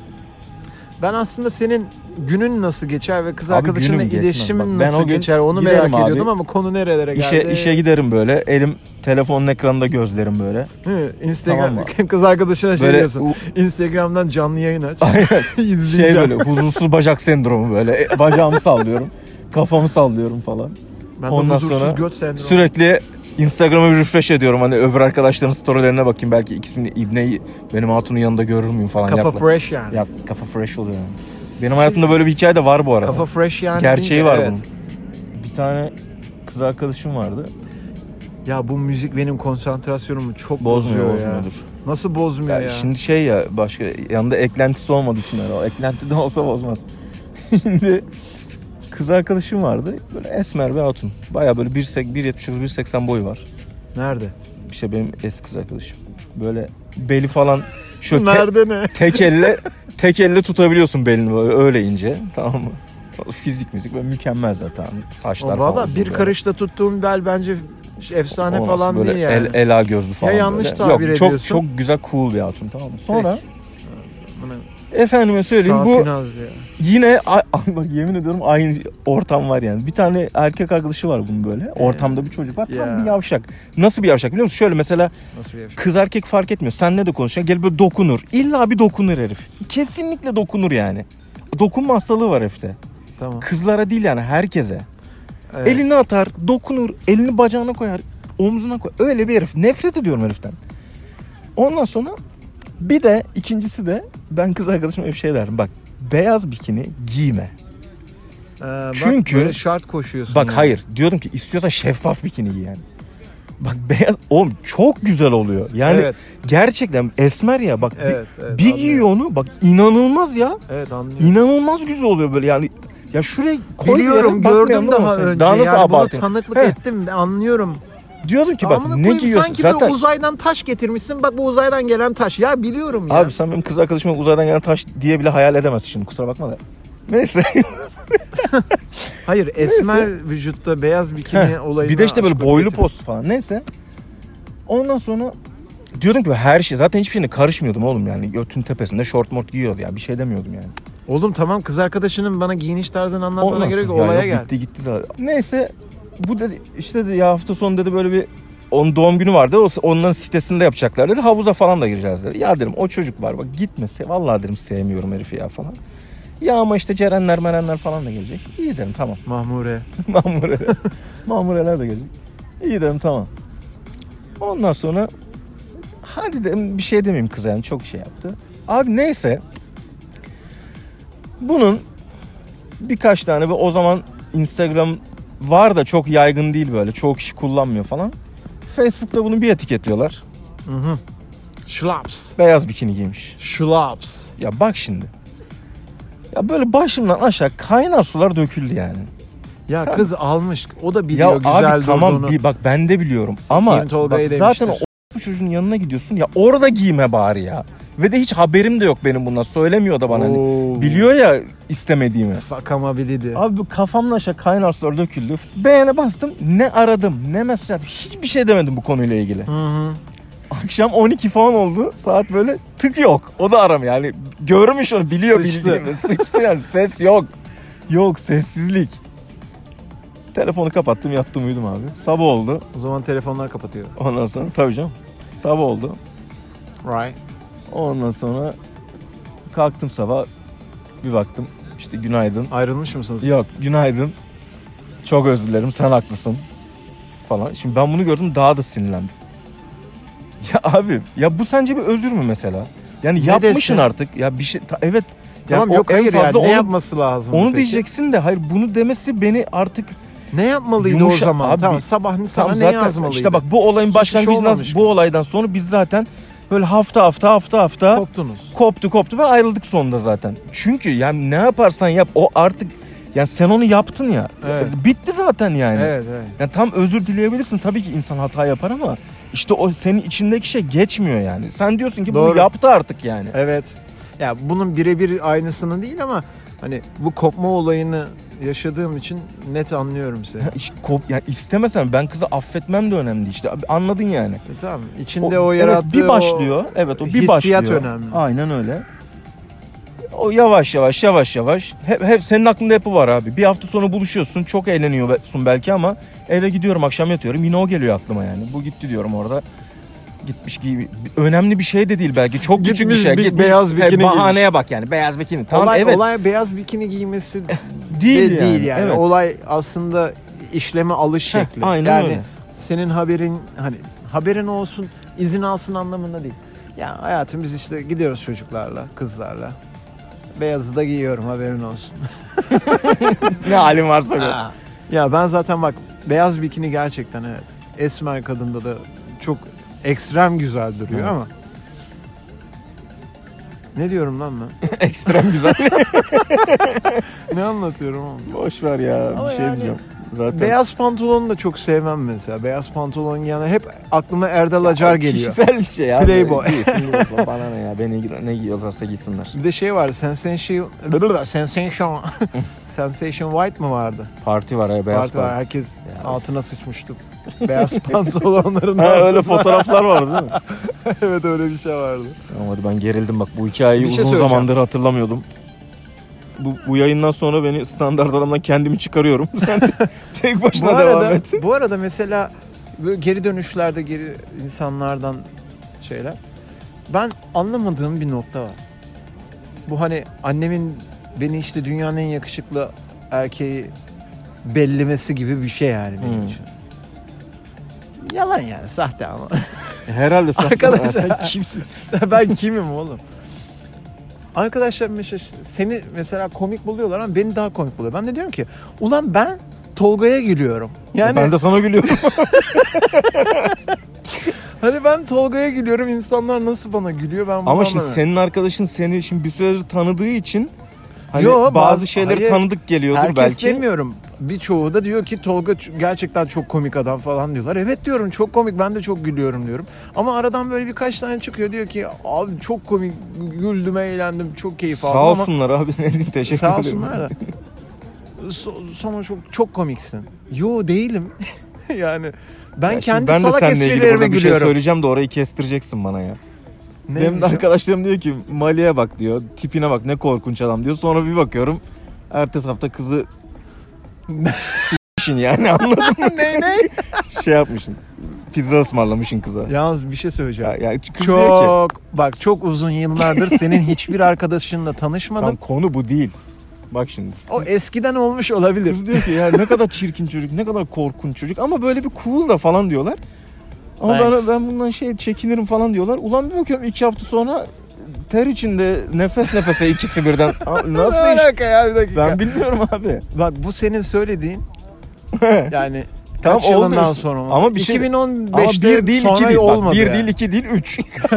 Speaker 2: Ben aslında senin günün nasıl geçer ve kız
Speaker 1: Abi
Speaker 2: arkadaşınla
Speaker 1: günüm geçmez.
Speaker 2: iletişimin
Speaker 1: Bak, ben
Speaker 2: nasıl
Speaker 1: o gün
Speaker 2: geçer onu
Speaker 1: giderim
Speaker 2: merak
Speaker 1: abi.
Speaker 2: ediyordum ama konu nerelere geldi?
Speaker 1: İşe, işe giderim böyle. Elim telefonun ekranında gözlerim böyle.
Speaker 2: Hı, Instagram
Speaker 1: Tamam
Speaker 2: kız arkadaşına şey
Speaker 1: Böyle
Speaker 2: diyorsun.
Speaker 1: u-
Speaker 2: Instagram'dan canlı yayın aç.
Speaker 1: Aynen.
Speaker 2: İzleyeceğim.
Speaker 1: Şey böyle huzursuz bacak sendromu böyle. E, Bacağımı sallıyorum. Kafamı sallıyorum falan.
Speaker 2: Ben de
Speaker 1: Ondan
Speaker 2: huzursuz
Speaker 1: sonra
Speaker 2: göt sendromu.
Speaker 1: Sürekli Instagram'ı bir refresh ediyorum. Hani öbür arkadaşların storylerine bakayım. Belki ikisini İbne'yi benim hatunun yanında görür müyüm falan.
Speaker 2: Kafa
Speaker 1: Yapla.
Speaker 2: fresh yani.
Speaker 1: Yap, kafa fresh oluyor yani. Benim hayatımda böyle bir hikaye de var bu arada.
Speaker 2: Kafa fresh yani.
Speaker 1: Gerçeği
Speaker 2: deyince,
Speaker 1: var
Speaker 2: evet.
Speaker 1: bunun. Bir tane kız arkadaşım vardı.
Speaker 2: Ya bu müzik benim konsantrasyonumu çok
Speaker 1: Bozmuyor,
Speaker 2: bozuyor ya.
Speaker 1: bozmuyordur.
Speaker 2: Nasıl bozmuyor
Speaker 1: Ya
Speaker 2: ya?
Speaker 1: şimdi şey ya, başka yanında eklentisi olmadığı için öyle. O eklenti de olsa bozmaz. Şimdi kız arkadaşım vardı. Böyle esmer bir hatun. Baya böyle bir yetmiş bir seksen boyu var.
Speaker 2: Nerede?
Speaker 1: İşte benim eski kız arkadaşım. Böyle beli falan şöyle te-
Speaker 2: Nerede ne?
Speaker 1: tek elle tek elle tutabiliyorsun belini böyle öyle ince. Tamam mı? Fizik müzik böyle mükemmel zaten. Saçlar falan.
Speaker 2: Valla
Speaker 1: uzun
Speaker 2: bir
Speaker 1: böyle.
Speaker 2: karışta tuttuğum bel bence efsane
Speaker 1: O
Speaker 2: falan
Speaker 1: nasıl böyle
Speaker 2: değil yani.
Speaker 1: El, ela gözlü falan.
Speaker 2: Ya yanlış
Speaker 1: böyle.
Speaker 2: tabir
Speaker 1: Yok, çok,
Speaker 2: ediyorsun.
Speaker 1: çok güzel cool bir hatun, tamam mı? Sonra
Speaker 2: Bunu
Speaker 1: efendime söyleyeyim bu
Speaker 2: Safinaz ya.
Speaker 1: yine a- bak yemin ediyorum aynı ortam var yani. Bir tane erkek arkadaşı var bunun böyle. Ortamda bir çocuk var. Tam
Speaker 2: Ya.
Speaker 1: bir yavşak. Nasıl bir yavşak biliyor musun? Şöyle mesela
Speaker 2: Nasıl bir yaşam?
Speaker 1: kız erkek fark etmiyor. Senle de konuşuyor. Gel böyle dokunur. İlla bir dokunur herif. Kesinlikle dokunur yani. Dokunma hastalığı var herifte.
Speaker 2: Tamam.
Speaker 1: Kızlara değil yani herkese.
Speaker 2: Evet.
Speaker 1: Elini atar, dokunur, elini bacağına koyar, omzuna koyar. Öyle bir herif. Nefret ediyorum heriften. Ondan sonra bir de ikincisi de ben kız arkadaşıma bir şey derim. Bak beyaz bikini giyme.
Speaker 2: Ee, bak,
Speaker 1: Çünkü-
Speaker 2: böyle şart koşuyorsun.
Speaker 1: Bak
Speaker 2: yani.
Speaker 1: hayır diyorum ki istiyorsan şeffaf bikini giy yani. Bak beyaz oğlum çok güzel oluyor. Yani
Speaker 2: Evet.
Speaker 1: gerçekten esmer ya bak bir-
Speaker 2: Evet, evet,
Speaker 1: bir giyiyor onu bak inanılmaz ya.
Speaker 2: Evet anlıyorum.
Speaker 1: İnanılmaz güzel oluyor böyle yani Ya şuraya koy
Speaker 2: Biliyorum,
Speaker 1: bir yere,
Speaker 2: gördüm
Speaker 1: bakmıyorum
Speaker 2: daha
Speaker 1: ama
Speaker 2: önce.
Speaker 1: daha nasıl
Speaker 2: yani bunu
Speaker 1: abartayım?
Speaker 2: tanıklık
Speaker 1: He.
Speaker 2: ettim, anlıyorum.
Speaker 1: Diyordum ki bak
Speaker 2: Amına
Speaker 1: ne
Speaker 2: koyayım,
Speaker 1: giyiyorsun
Speaker 2: sanki
Speaker 1: zaten.
Speaker 2: bir uzaydan taş getirmişsin. Bak bu uzaydan gelen taş. Ya biliyorum ya.
Speaker 1: Abi sen benim kız arkadaşıma uzaydan gelen taş diye bile hayal edemezsin şimdi, kusura bakma da. Neyse.
Speaker 2: Hayır, esmer vücutta beyaz bikini olayını.
Speaker 1: Bir de işte böyle
Speaker 2: açıklık
Speaker 1: boylu
Speaker 2: getir.
Speaker 1: postu falan. Neyse. Ondan sonra diyordum ki her şey, zaten hiçbir şeyine karışmıyordum oğlum yani. Götün tepesinde şort mort giyiyordu ya. Bir şey demiyordum yani.
Speaker 2: Oğlum tamam, kız arkadaşının bana giyiniş tarzını anlatmana
Speaker 1: Ondan
Speaker 2: gerek yok,
Speaker 1: sonra- ya
Speaker 2: olaya
Speaker 1: yok,
Speaker 2: gel.
Speaker 1: Gitti gitti zaten. Neyse bu dedi işte dedi ya hafta sonu dedi böyle bir onun doğum günü vardı. O, onların sitesinde yapacaklar dedi. Havuza falan da gireceğiz dedi. Ya dedim o çocuk var bak gitmese. Vallahi dedim sevmiyorum herifi ya falan. Ya ama işte Cerenler Merenler falan da gelecek. İyi dedim tamam.
Speaker 2: Mahmure.
Speaker 1: Mahmure. Mahmureler de gelecek. İyi dedim tamam. Ondan sonra hadi dedim bir şey demeyeyim kıza yani, çok şey yaptı. Abi neyse. Bunun birkaç tane ve o zaman Instagram var da çok yaygın değil böyle. Çoğu kişi kullanmıyor falan. Facebook'ta bunu bir etiketliyorlar.
Speaker 2: Hı hı. Schlaps.
Speaker 1: Beyaz bikini giymiş.
Speaker 2: Schlaps.
Speaker 1: Ya bak şimdi. Ya böyle başımdan aşağı kaynar sular döküldü yani.
Speaker 2: Ya
Speaker 1: Tamam.
Speaker 2: kız almış. O da biliyor
Speaker 1: Ya
Speaker 2: güzel
Speaker 1: abi tamam
Speaker 2: durduğunu.
Speaker 1: bir, bak ben de biliyorum
Speaker 2: Kim
Speaker 1: ama bak,
Speaker 2: Tolga'yı
Speaker 1: zaten
Speaker 2: demiştir.
Speaker 1: o çocuğun yanına gidiyorsun ya, orada giyme bari ya. Ve de hiç haberim de yok benim bundan. Söylemiyor da bana. Hani
Speaker 2: Oo.
Speaker 1: biliyor ya istemediğimi.
Speaker 2: Fakamabilidi.
Speaker 1: Abi bu kafamla aşağı kaynar sular döküldü. Beğene bastım. Ne aradım ne mesaj attım. Hiçbir şey demedim bu konuyla ilgili.
Speaker 2: Hı hı.
Speaker 1: Akşam on iki falan oldu. Saat böyle tık yok. O da aramıyor. Yani görmüş onu, biliyor
Speaker 2: Sıçtı.
Speaker 1: bildiğimi. Sıçtı yani, ses yok. Yok, sessizlik. Telefonu kapattım, yattım, uyudum abi. Sabah oldu.
Speaker 2: O zaman telefonlar kapatıyor.
Speaker 1: Ondan sonra tabii canım. Sabah oldu.
Speaker 2: Right.
Speaker 1: Ondan sonra kalktım sabah. Bir baktım işte günaydın.
Speaker 2: Ayrılmış mısınız?
Speaker 1: Yok, günaydın. Çok özür dilerim, sen haklısın falan. Şimdi ben bunu gördüm, daha da sinirlendim. Ya abi ya bu sence bir özür mü mesela? Yani
Speaker 2: Ne
Speaker 1: yapmışsın
Speaker 2: desin?
Speaker 1: artık. Ya bir şey ta- evet.
Speaker 2: Tamam
Speaker 1: yani
Speaker 2: yok
Speaker 1: o en
Speaker 2: hayır
Speaker 1: fazla
Speaker 2: yani ne
Speaker 1: onu,
Speaker 2: yapması lazım?
Speaker 1: onu
Speaker 2: peki?
Speaker 1: diyeceksin de hayır, bunu demesi beni artık
Speaker 2: Ne yapmalıydı
Speaker 1: Yumuşa-
Speaker 2: o zaman?
Speaker 1: Abi,
Speaker 2: tamam sabah sana
Speaker 1: tam
Speaker 2: ne
Speaker 1: zaten
Speaker 2: yazmalıydı?
Speaker 1: işte bak bu olayın
Speaker 2: Hiçbir
Speaker 1: başlangıcından
Speaker 2: şey olmamış.
Speaker 1: bu olaydan sonra biz zaten böyle hafta hafta hafta hafta
Speaker 2: Koptunuz.
Speaker 1: koptu koptu ve ayrıldık sonunda zaten. Çünkü yani ne yaparsan yap o artık, yani sen onu yaptın ya.
Speaker 2: Evet.
Speaker 1: Bitti zaten yani.
Speaker 2: Evet evet.
Speaker 1: Yani tam özür dileyebilirsin. Tabii ki insan hata yapar ama işte o senin içindeki şey geçmiyor yani. Sen diyorsun ki
Speaker 2: Doğru.
Speaker 1: bunu yaptı artık yani.
Speaker 2: Evet. Ya bunun birebir aynısını değil ama hani bu kopma olayını yaşadığım için net anlıyorum seni.
Speaker 1: Ya işte kop, yani istemesen ben kızı affetmem de önemli işte. Abi anladın yani.
Speaker 2: E tamam. İçinde o, yarattığı
Speaker 1: evet, bir başlıyor. Evet o bir
Speaker 2: hissiyat
Speaker 1: başlıyor.
Speaker 2: önemli.
Speaker 1: Aynen öyle. O yavaş yavaş yavaş yavaş hep, hep senin aklında hep var abi. Bir hafta sonra buluşuyorsun, çok eğleniyorsun belki ama eve gidiyorum, akşam yatıyorum, yine o geliyor aklıma yani. Bu gitti diyorum orada. Gitmiş gibi önemli bir şey de değil belki. Çok küçük bir
Speaker 2: Gitmiş,
Speaker 1: şey.
Speaker 2: bir
Speaker 1: Gitmiş,
Speaker 2: beyaz bikini
Speaker 1: he, bahaneye
Speaker 2: giymiş.
Speaker 1: bak yani. Beyaz bikini. Tamam
Speaker 2: olay,
Speaker 1: evet.
Speaker 2: olay beyaz bikini giymesi
Speaker 1: Değil
Speaker 2: de
Speaker 1: yani,
Speaker 2: değil yani.
Speaker 1: evet.
Speaker 2: Olay aslında işleme alış
Speaker 1: Heh,
Speaker 2: şekli.
Speaker 1: aynen
Speaker 2: yani
Speaker 1: öyle.
Speaker 2: senin haberin hani haberin olsun, izin alsın anlamında değil. Ya hayatım biz işte gidiyoruz çocuklarla, kızlarla. Beyazı da giyiyorum, haberin olsun.
Speaker 1: Ne halin varsa gör.
Speaker 2: Ya ben zaten bak beyaz bikini gerçekten evet. Esmer kadında da çok ekstrem güzel duruyor
Speaker 1: Evet.
Speaker 2: ama. Ne diyorum lan ben?
Speaker 1: Ekstrem güzel.
Speaker 2: Ne anlatıyorum oğlum?
Speaker 1: Boş ver ya.
Speaker 2: Ama
Speaker 1: bir şey
Speaker 2: yani
Speaker 1: diyeceğim. Zaten.
Speaker 2: Beyaz pantolonu da çok sevmem mesela. Beyaz pantolon yani hep aklıma Erdal Acar
Speaker 1: O
Speaker 2: geliyor.
Speaker 1: Kişisel şey ya.
Speaker 2: Playboy.
Speaker 1: Giysin, giysin. Bana ne ya. Beni ilgilen- ne giyiyorlarsa giysinler.
Speaker 2: Bir de şey vardı. Sensation Sensation Sensation White mı vardı?
Speaker 1: Parti var ya, beyaz
Speaker 2: Parti var.
Speaker 1: partisi.
Speaker 2: Herkes
Speaker 1: Ya.
Speaker 2: altına sıçmıştı. Beyaz pantolonların
Speaker 1: Ha,
Speaker 2: altına.
Speaker 1: öyle fotoğraflar vardı değil mi?
Speaker 2: Evet öyle bir şey vardı.
Speaker 1: Ama hadi ben gerildim bak, bu hikayeyi
Speaker 2: Bir şey
Speaker 1: uzun
Speaker 2: söyleyeceğim.
Speaker 1: zamandır hatırlamıyordum. Bu, bu yayından sonra beni standart adamdan kendimi çıkarıyorum. Sen te- tek
Speaker 2: Bu
Speaker 1: başına devam
Speaker 2: arada,
Speaker 1: et.
Speaker 2: bu arada mesela böyle geri dönüşlerde geri insanlardan şeyler. Ben anlamadığım bir nokta var. Bu hani annemin beni işte dünyanın en yakışıklı erkeği bellemesi gibi bir şey yani benim
Speaker 1: Hmm.
Speaker 2: için. Yalan yani, sahte ama.
Speaker 1: Herhalde sen,
Speaker 2: Arkadaşlar.
Speaker 1: sen kimsin?
Speaker 2: Ben kimim oğlum? Arkadaşlar mesela seni mesela komik buluyorlar ama beni daha komik buluyor. Ben de diyorum ki ulan ben Tolga'ya gülüyorum. Yani
Speaker 1: Ben de sana gülüyorum.
Speaker 2: hani ben Tolga'ya gülüyorum, insanlar nasıl bana gülüyor ben bunu
Speaker 1: Ama şimdi
Speaker 2: anlamıyorum.
Speaker 1: senin arkadaşın seni şimdi bir süredir tanıdığı için Hani
Speaker 2: Yo,
Speaker 1: bazı,
Speaker 2: bazı-
Speaker 1: şeyleri
Speaker 2: hayır.
Speaker 1: tanıdık geliyordur
Speaker 2: Herkes
Speaker 1: belki.
Speaker 2: demiyorum. Birçoğu da diyor ki Tolga ç- gerçekten çok komik adam falan diyorlar. Evet diyorum, çok komik, ben de çok gülüyorum diyorum. Ama aradan böyle birkaç tane çıkıyor, diyor ki abi çok komik, güldüm, eğlendim, çok keyif aldım
Speaker 1: Sağ
Speaker 2: ama...
Speaker 1: olsunlar abi. Ne diyeyim, teşekkür
Speaker 2: Sağ
Speaker 1: ederim.
Speaker 2: olsunlar da. So- Sonra çok çok komiksin. Yo, değilim. Yani ben
Speaker 1: Ya
Speaker 2: kendi
Speaker 1: şimdi ben de
Speaker 2: salak
Speaker 1: seninle ilgili
Speaker 2: esprilerime
Speaker 1: burada bir şey
Speaker 2: gülüyorum.
Speaker 1: söyleyeceğim de orayı kestireceksin bana ya.
Speaker 2: Neymiş
Speaker 1: Benim de
Speaker 2: o?
Speaker 1: arkadaşlarım diyor ki Mali'ye bak diyor. Tipine bak, ne korkunç adam diyor. Sonra bir bakıyorum ertesi hafta kızı işin yani, anladın mı?
Speaker 2: ne ne?
Speaker 1: Şey yapmışsın. Pizza ısmarlamışsın kıza.
Speaker 2: Yalnız bir şey söyleyeceğim.
Speaker 1: Ya, ya kız diyor ki
Speaker 2: Çok bak, çok uzun yıllardır senin hiçbir arkadaşınla tanışmadım.
Speaker 1: tam konu bu değil. Bak şimdi.
Speaker 2: O eskiden olmuş olabilir.
Speaker 1: Kız diyor ki ya ne kadar çirkin çocuk, ne kadar korkunç çocuk ama böyle bir cool da falan diyorlar. Ama ben,
Speaker 2: Thanks.
Speaker 1: ben bundan şey çekinirim falan diyorlar. Ulan bir bakıyorum iki hafta sonra ter içinde nefes nefese ikisi birden. Aa,
Speaker 2: Ne
Speaker 1: nasıl iş?
Speaker 2: alaka ya, bir dakika.
Speaker 1: Ben bilmiyorum abi.
Speaker 2: Bak bu senin söylediğin yani
Speaker 1: Tamam,
Speaker 2: kaç yılından
Speaker 1: olmuyorsun.
Speaker 2: sonra mı?
Speaker 1: Ama bir şey-
Speaker 2: iki bin on
Speaker 1: Ama
Speaker 2: beşte
Speaker 1: bir değil
Speaker 2: sonra
Speaker 1: iki değil.
Speaker 2: olmadı
Speaker 1: Bak, bir
Speaker 2: ya.
Speaker 1: değil iki değil üç.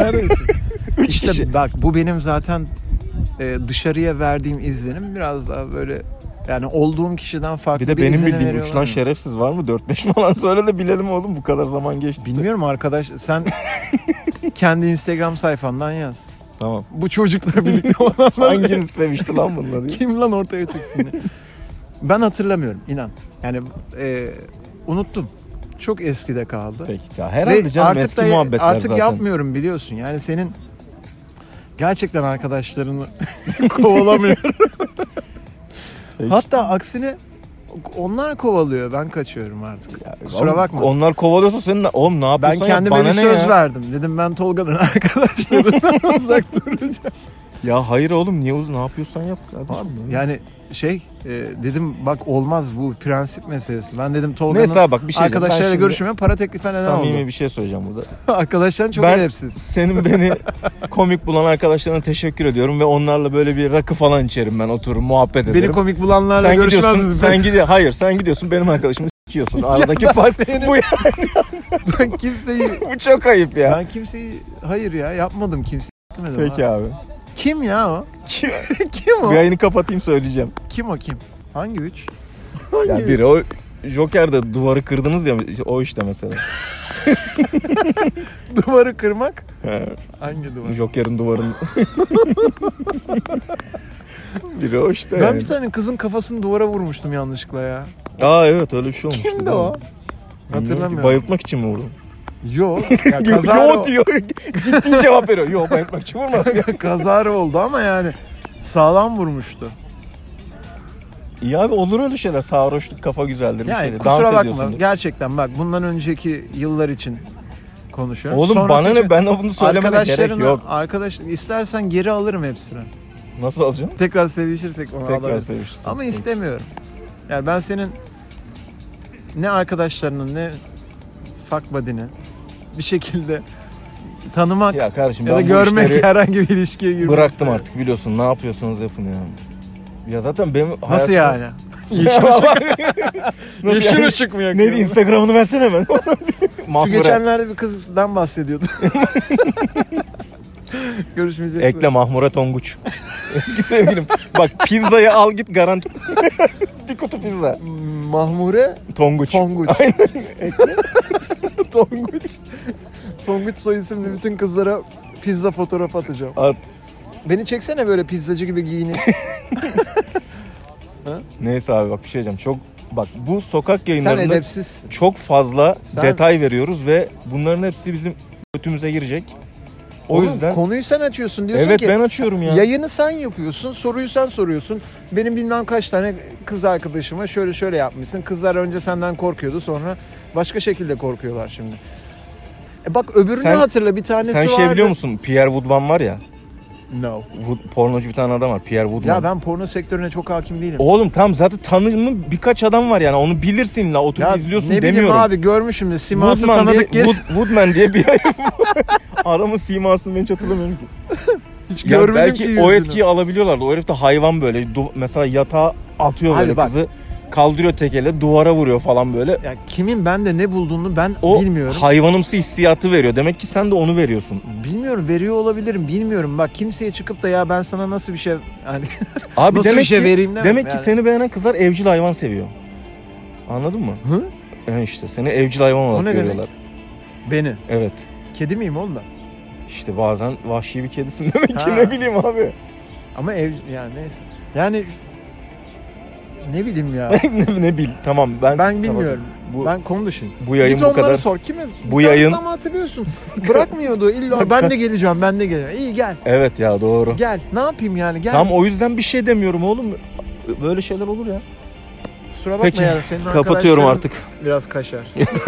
Speaker 1: Üç
Speaker 2: İşte
Speaker 1: kişi.
Speaker 2: bak, bu benim zaten e, dışarıya verdiğim izlenim biraz daha böyle, yani olduğum kişiden farklı
Speaker 1: Bir de
Speaker 2: bir
Speaker 1: benim
Speaker 2: izlenim
Speaker 1: bildiğim üç
Speaker 2: veriyorlar
Speaker 1: lan
Speaker 2: ya.
Speaker 1: şerefsiz var mı? dört beş falan söyle de bilelim oğlum, bu kadar zaman geçti.
Speaker 2: Bilmiyorum arkadaş, sen kendi Instagram sayfandan yaz.
Speaker 1: Tamam.
Speaker 2: Bu çocukla birlikte olanlar
Speaker 1: Hanginiz sevişti lan bunları?
Speaker 2: kim lan ortaya çıksın diye. Ben hatırlamıyorum, inan. Yani e, unuttum. Çok eskide kaldı.
Speaker 1: Peki ya, herhalde
Speaker 2: Ve
Speaker 1: canım
Speaker 2: artık
Speaker 1: eski
Speaker 2: da
Speaker 1: muhabbetler
Speaker 2: artık
Speaker 1: zaten.
Speaker 2: yapmıyorum, biliyorsun. Yani senin gerçekten arkadaşlarını kovalamıyorum.
Speaker 1: Peki.
Speaker 2: Hatta aksine onlar kovalıyor. Ben kaçıyorum artık.
Speaker 1: Ya,
Speaker 2: Kusura
Speaker 1: oğlum,
Speaker 2: bakma.
Speaker 1: Onlar kovalıyorsa senin de- oğlum ne
Speaker 2: Ben
Speaker 1: yapıyorsun ya?
Speaker 2: kendime
Speaker 1: Bana
Speaker 2: bir
Speaker 1: ne
Speaker 2: söz
Speaker 1: ya?
Speaker 2: verdim. Dedim ben Tolga'nın arkadaşlarından uzak duracağım.
Speaker 1: Ya hayır oğlum, niye uz ne yapıyorsan yap kardeşim.
Speaker 2: Abi, yani şey e, dedim bak, olmaz, bu prensip meselesi. Ben dedim
Speaker 1: Neyse
Speaker 2: Tolga'nın
Speaker 1: abi, bak bir şey diyeceğim.
Speaker 2: arkadaşlarıyla
Speaker 1: Ben şimdi
Speaker 2: görüşmeye para teklife neden
Speaker 1: samimi
Speaker 2: oldu.
Speaker 1: bir şey söyleyeceğim burada.
Speaker 2: Arkadaşların çok
Speaker 1: Ben
Speaker 2: edepsiz.
Speaker 1: senin beni komik bulan arkadaşlarına teşekkür ediyorum ve onlarla böyle bir rakı falan içerim, ben otururum muhabbet ederim.
Speaker 2: Beni komik bulanlarla
Speaker 1: sen
Speaker 2: görüşmez
Speaker 1: gidiyorsun,
Speaker 2: misin?
Speaker 1: sen gidiyor. Hayır, sen gidiyorsun benim arkadaşımı sikiyorsun. Aradaki fark bu ya.
Speaker 2: Ben kimseyi
Speaker 1: Bu çok ayıp ya.
Speaker 2: ben kimseyi hayır ya yapmadım, kimseyi s**medim
Speaker 1: Peki
Speaker 2: abi.
Speaker 1: abi.
Speaker 2: Kim ya o?
Speaker 1: Kim?
Speaker 2: Kim o?
Speaker 1: Bir yayını kapatayım, söyleyeceğim.
Speaker 2: Kim o kim? Hangi üç?
Speaker 1: Ya biri o Joker'de duvarı kırdınız ya, o işte mesela.
Speaker 2: Duvarı kırmak?
Speaker 1: He,
Speaker 2: Hangi duvar?
Speaker 1: Joker'in duvarını. Biri o işte.
Speaker 2: Ben
Speaker 1: yani.
Speaker 2: bir tane kızın kafasını duvara vurmuştum yanlışlıkla ya.
Speaker 1: Aa evet, öyle bir şey olmuştu.
Speaker 2: Kimdi
Speaker 1: değil
Speaker 2: o?
Speaker 1: mi? Bilmiyorum ki,
Speaker 2: Hatırlamıyorum.
Speaker 1: bayıltmak için mi vurdun?
Speaker 2: Yo. Ya kazara,
Speaker 1: Yo diyor. Ciddi cevap veriyor. Yo, bayıltmak için vurmadım.
Speaker 2: kazara oldu ama yani sağlam vurmuştu.
Speaker 1: İyi abi, olur öyle şeyler. Sarhoşluk, kafa güzeldir. bir
Speaker 2: Yani
Speaker 1: şeydir.
Speaker 2: kusura
Speaker 1: Dans
Speaker 2: bakma,
Speaker 1: ediyorsundur.
Speaker 2: gerçekten bak, bundan önceki yıllar için konuşuyorum.
Speaker 1: Oğlum
Speaker 2: Sonrası
Speaker 1: bana
Speaker 2: için
Speaker 1: ne, ben bunu söylemene gerek
Speaker 2: arkadaşlarına-
Speaker 1: yok.
Speaker 2: Arkadaş, istersen geri alırım hepsini.
Speaker 1: Nasıl alacaksın?
Speaker 2: Tekrar sevişirsek onu
Speaker 1: Tekrar
Speaker 2: alırım.
Speaker 1: sevişirsin.
Speaker 2: Ama
Speaker 1: Peki.
Speaker 2: istemiyorum. Yani ben senin ne arkadaşlarının ne fuck buddy'ni bir şekilde tanımak ya,
Speaker 1: Ya kardeşim,
Speaker 2: da
Speaker 1: ben bu
Speaker 2: görmek,
Speaker 1: işleri
Speaker 2: herhangi bir ilişkiye girmek
Speaker 1: bıraktım
Speaker 2: istemiyorum.
Speaker 1: artık, biliyorsun. Ne yapıyorsanız yapın ya. Ya zaten benim
Speaker 2: Nasıl
Speaker 1: hayatım-
Speaker 2: yani? Yeşil
Speaker 1: Nasıl
Speaker 2: Yeşil
Speaker 1: yani?
Speaker 2: ışık mı
Speaker 1: Ne
Speaker 2: yakıyor?
Speaker 1: diye, Instagram'ını versene hemen.
Speaker 2: Şu
Speaker 1: Mahmure.
Speaker 2: geçenlerde bir kızdan bahsediyordu. Görüşmeyecek.
Speaker 1: Ekle Mahmure Tonguç. Eski sevgilim. Bak, pizzayı al git, garanti. Bir kutu pizza.
Speaker 2: Mahmure
Speaker 1: Tonguç.
Speaker 2: Tonguç.
Speaker 1: Aynen.
Speaker 2: Tonguç. Tonguç soy isimli bütün kızlara pizza fotoğrafı atacağım.
Speaker 1: At.
Speaker 2: Beni çeksene böyle pizzacı gibi giyinip.
Speaker 1: Neyse abi, bak bir şey diyeceğim. Çok bak, bu sokak
Speaker 2: Sen
Speaker 1: yayınlarında
Speaker 2: edepsiz.
Speaker 1: çok fazla
Speaker 2: Sen-
Speaker 1: detay veriyoruz ve bunların hepsi bizim götümüze girecek. O
Speaker 2: Oğlum,
Speaker 1: yüzden
Speaker 2: konuyu sen açıyorsun, diyorsun
Speaker 1: evet
Speaker 2: ki
Speaker 1: ben açıyorum ya.
Speaker 2: yayını sen yapıyorsun, soruyu sen soruyorsun. Benim bilmem kaç tane kız arkadaşıma şöyle şöyle yapmışsın. Kızlar önce senden korkuyordu, sonra başka şekilde korkuyorlar şimdi. E bak, öbürünü
Speaker 1: Sen-
Speaker 2: hatırla, bir tanesi
Speaker 1: Sen
Speaker 2: vardı.
Speaker 1: şey biliyor musun? Pierre Woodman var ya.
Speaker 2: No.
Speaker 1: Wood, pornocu bir tane adam var. Pierre Woodman.
Speaker 2: Ya ben porno sektörüne çok hakim değilim.
Speaker 1: Oğlum tam zaten tanıdığım birkaç adam var yani, onu bilirsin la, oturup
Speaker 2: Ya
Speaker 1: izliyorsun
Speaker 2: ne bileyim
Speaker 1: demiyorum.
Speaker 2: abi, görmüşüm de siması
Speaker 1: Woodman diye,
Speaker 2: tanıdık gel.
Speaker 1: Wood, Woodman diye bir adamın simasını ben hiç hatırlamıyorum ki.
Speaker 2: Hiç
Speaker 1: Ya
Speaker 2: görmedim
Speaker 1: belki
Speaker 2: ki yüzünü.
Speaker 1: o etkiyi alabiliyorlardı. O herif de hayvan böyle. Du- mesela yatağa atıyor
Speaker 2: Abi
Speaker 1: böyle
Speaker 2: bak,
Speaker 1: kızı. kaldırıyor tek elle, duvara vuruyor falan böyle.
Speaker 2: Yani kimin bende ne bulduğunu ben
Speaker 1: O
Speaker 2: bilmiyorum.
Speaker 1: hayvanımsı hissiyatı veriyor. Demek ki sen de onu veriyorsun.
Speaker 2: Bilmiyorum, veriyor olabilirim, bilmiyorum. Bak kimseye çıkıp da ya ben sana nasıl bir şey hani
Speaker 1: Abi
Speaker 2: nasıl
Speaker 1: demek
Speaker 2: bir şey
Speaker 1: ki,
Speaker 2: vereyim demem
Speaker 1: demek
Speaker 2: yani.
Speaker 1: ki seni beğenen kızlar evcil hayvan seviyor. Anladın mı?
Speaker 2: Hı?
Speaker 1: Yani işte seni evcil hayvan olarak
Speaker 2: O ne
Speaker 1: görüyorlar.
Speaker 2: demek? Beni.
Speaker 1: Evet.
Speaker 2: Kedi miyim oğlum ben?
Speaker 1: İşte bazen vahşi bir kedisin demek ki,
Speaker 2: Ha.
Speaker 1: ne bileyim abi.
Speaker 2: Ama ev yani neyse. Yani ne bileyim ya.
Speaker 1: ne, ne bil. Tamam ben
Speaker 2: Ben bilmiyorum.
Speaker 1: Bu,
Speaker 2: Ben konu dışıyım.
Speaker 1: bu yayın
Speaker 2: Git
Speaker 1: bu
Speaker 2: onlara
Speaker 1: kadar.
Speaker 2: sor. Kime?
Speaker 1: Bu
Speaker 2: Sen
Speaker 1: yayın-
Speaker 2: ama hatırlıyorsun. Bırakmıyordu illa. Ben de geleceğim, ben de geleceğim. İyi gel.
Speaker 1: Evet ya, doğru.
Speaker 2: Gel. Ne yapayım yani? Gel.
Speaker 1: Tam o yüzden bir şey demiyorum oğlum. Böyle şeyler olur ya.
Speaker 2: Kusura bakma
Speaker 1: Peki,
Speaker 2: yani. Senin
Speaker 1: kapatıyorum
Speaker 2: arkadaşların
Speaker 1: artık.
Speaker 2: Biraz kaşar.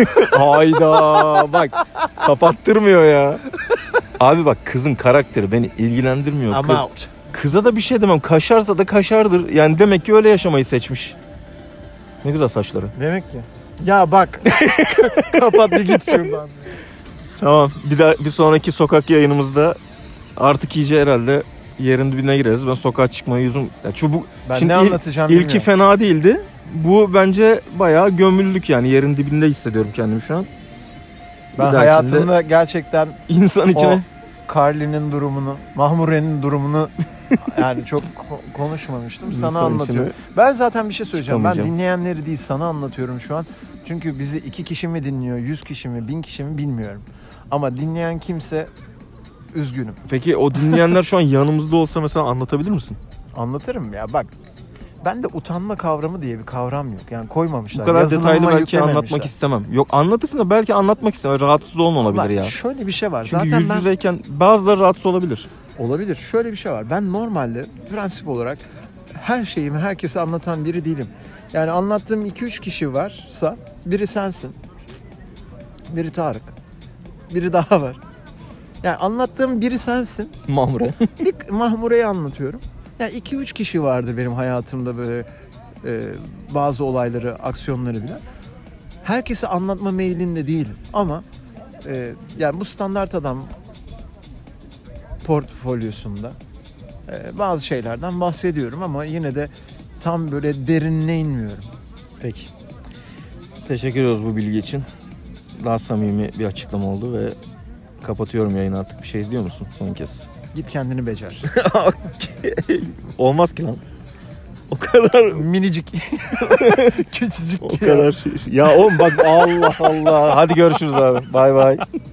Speaker 1: Hayda bak, kapattırmıyor ya. Abi bak, kızın karakteri beni ilgilendirmiyor.
Speaker 2: I'm
Speaker 1: Kız,
Speaker 2: out.
Speaker 1: kıza da bir şey demem. Kaşarsa da kaşardır. Yani demek ki öyle yaşamayı seçmiş. Ne güzel saçları.
Speaker 2: Demek ki. Ya bak. Kapat bir git şuradan.
Speaker 1: Tamam, bir daha bir sonraki sokak yayınımızda artık iyice herhalde yerin dibine gireriz. Ben sokağa çıkmayı yüzüm... Ya çubuk...
Speaker 2: Ben
Speaker 1: Şimdi
Speaker 2: ne
Speaker 1: il-
Speaker 2: anlatacağım
Speaker 1: İlki
Speaker 2: bilmiyorum.
Speaker 1: fena değildi. Bu bence bayağı gömüllük yani. Yerin dibinde hissediyorum kendimi şu an. Bir
Speaker 2: Ben
Speaker 1: dahakinde
Speaker 2: hayatımda gerçekten
Speaker 1: insan içine...
Speaker 2: Carly'nin durumunu, Mahmure'nin durumunu yani çok ko- konuşmamıştım. Sana
Speaker 1: İnsan
Speaker 2: anlatıyorum.
Speaker 1: içine
Speaker 2: Ben zaten bir şey söyleyeceğim. Ben
Speaker 1: çıkamayacağım.
Speaker 2: dinleyenleri değil sana anlatıyorum şu an. Çünkü bizi iki kişi mi dinliyor, yüz kişi mi, bin kişi mi bilmiyorum. Ama dinleyen kimse üzgünüm.
Speaker 1: Peki o dinleyenler şu an yanımızda olsa mesela anlatabilir misin?
Speaker 2: Anlatırım ya bak. Ben de utanma kavramı diye bir kavram yok. Yani koymamışlar.
Speaker 1: Bu kadar
Speaker 2: Yazılıma
Speaker 1: detaylı belki
Speaker 2: yüklememişler.
Speaker 1: anlatmak istemem. Yok, anlatırsın da belki anlatmak istemem. Rahatsız olma olabilir
Speaker 2: Bak,
Speaker 1: ya.
Speaker 2: şöyle bir şey var.
Speaker 1: Çünkü
Speaker 2: Zaten
Speaker 1: yüz
Speaker 2: ben...
Speaker 1: yüzeyken bazıları rahatsız olabilir.
Speaker 2: Olabilir. Şöyle bir şey var. Ben normalde prensip olarak her şeyimi herkese anlatan biri değilim. Yani anlattığım iki üç kişi varsa biri sensin. Biri Tarık. Biri daha var. Yani anlattığım biri sensin.
Speaker 1: Mamure.
Speaker 2: Bir Mahmure'yi anlatıyorum. Yani iki üç kişi vardır benim hayatımda böyle e, bazı olayları, aksiyonları bilen. Herkese anlatma meylinde değilim. Ama e, yani bu standart adam portfolyosunda e, bazı şeylerden bahsediyorum ama yine de tam böyle derinine inmiyorum.
Speaker 1: Peki. Teşekkür ediyoruz bu bilgi için. Daha samimi bir açıklama oldu ve kapatıyorum yayını artık. Bir şey diyor musun son kez?
Speaker 2: Git kendini becer.
Speaker 1: Olmaz ki lan. O kadar
Speaker 2: Minicik. Küçücük.
Speaker 1: o kadar şey. Ya oğlum bak, Allah Allah. Hadi görüşürüz abi. Bay bay.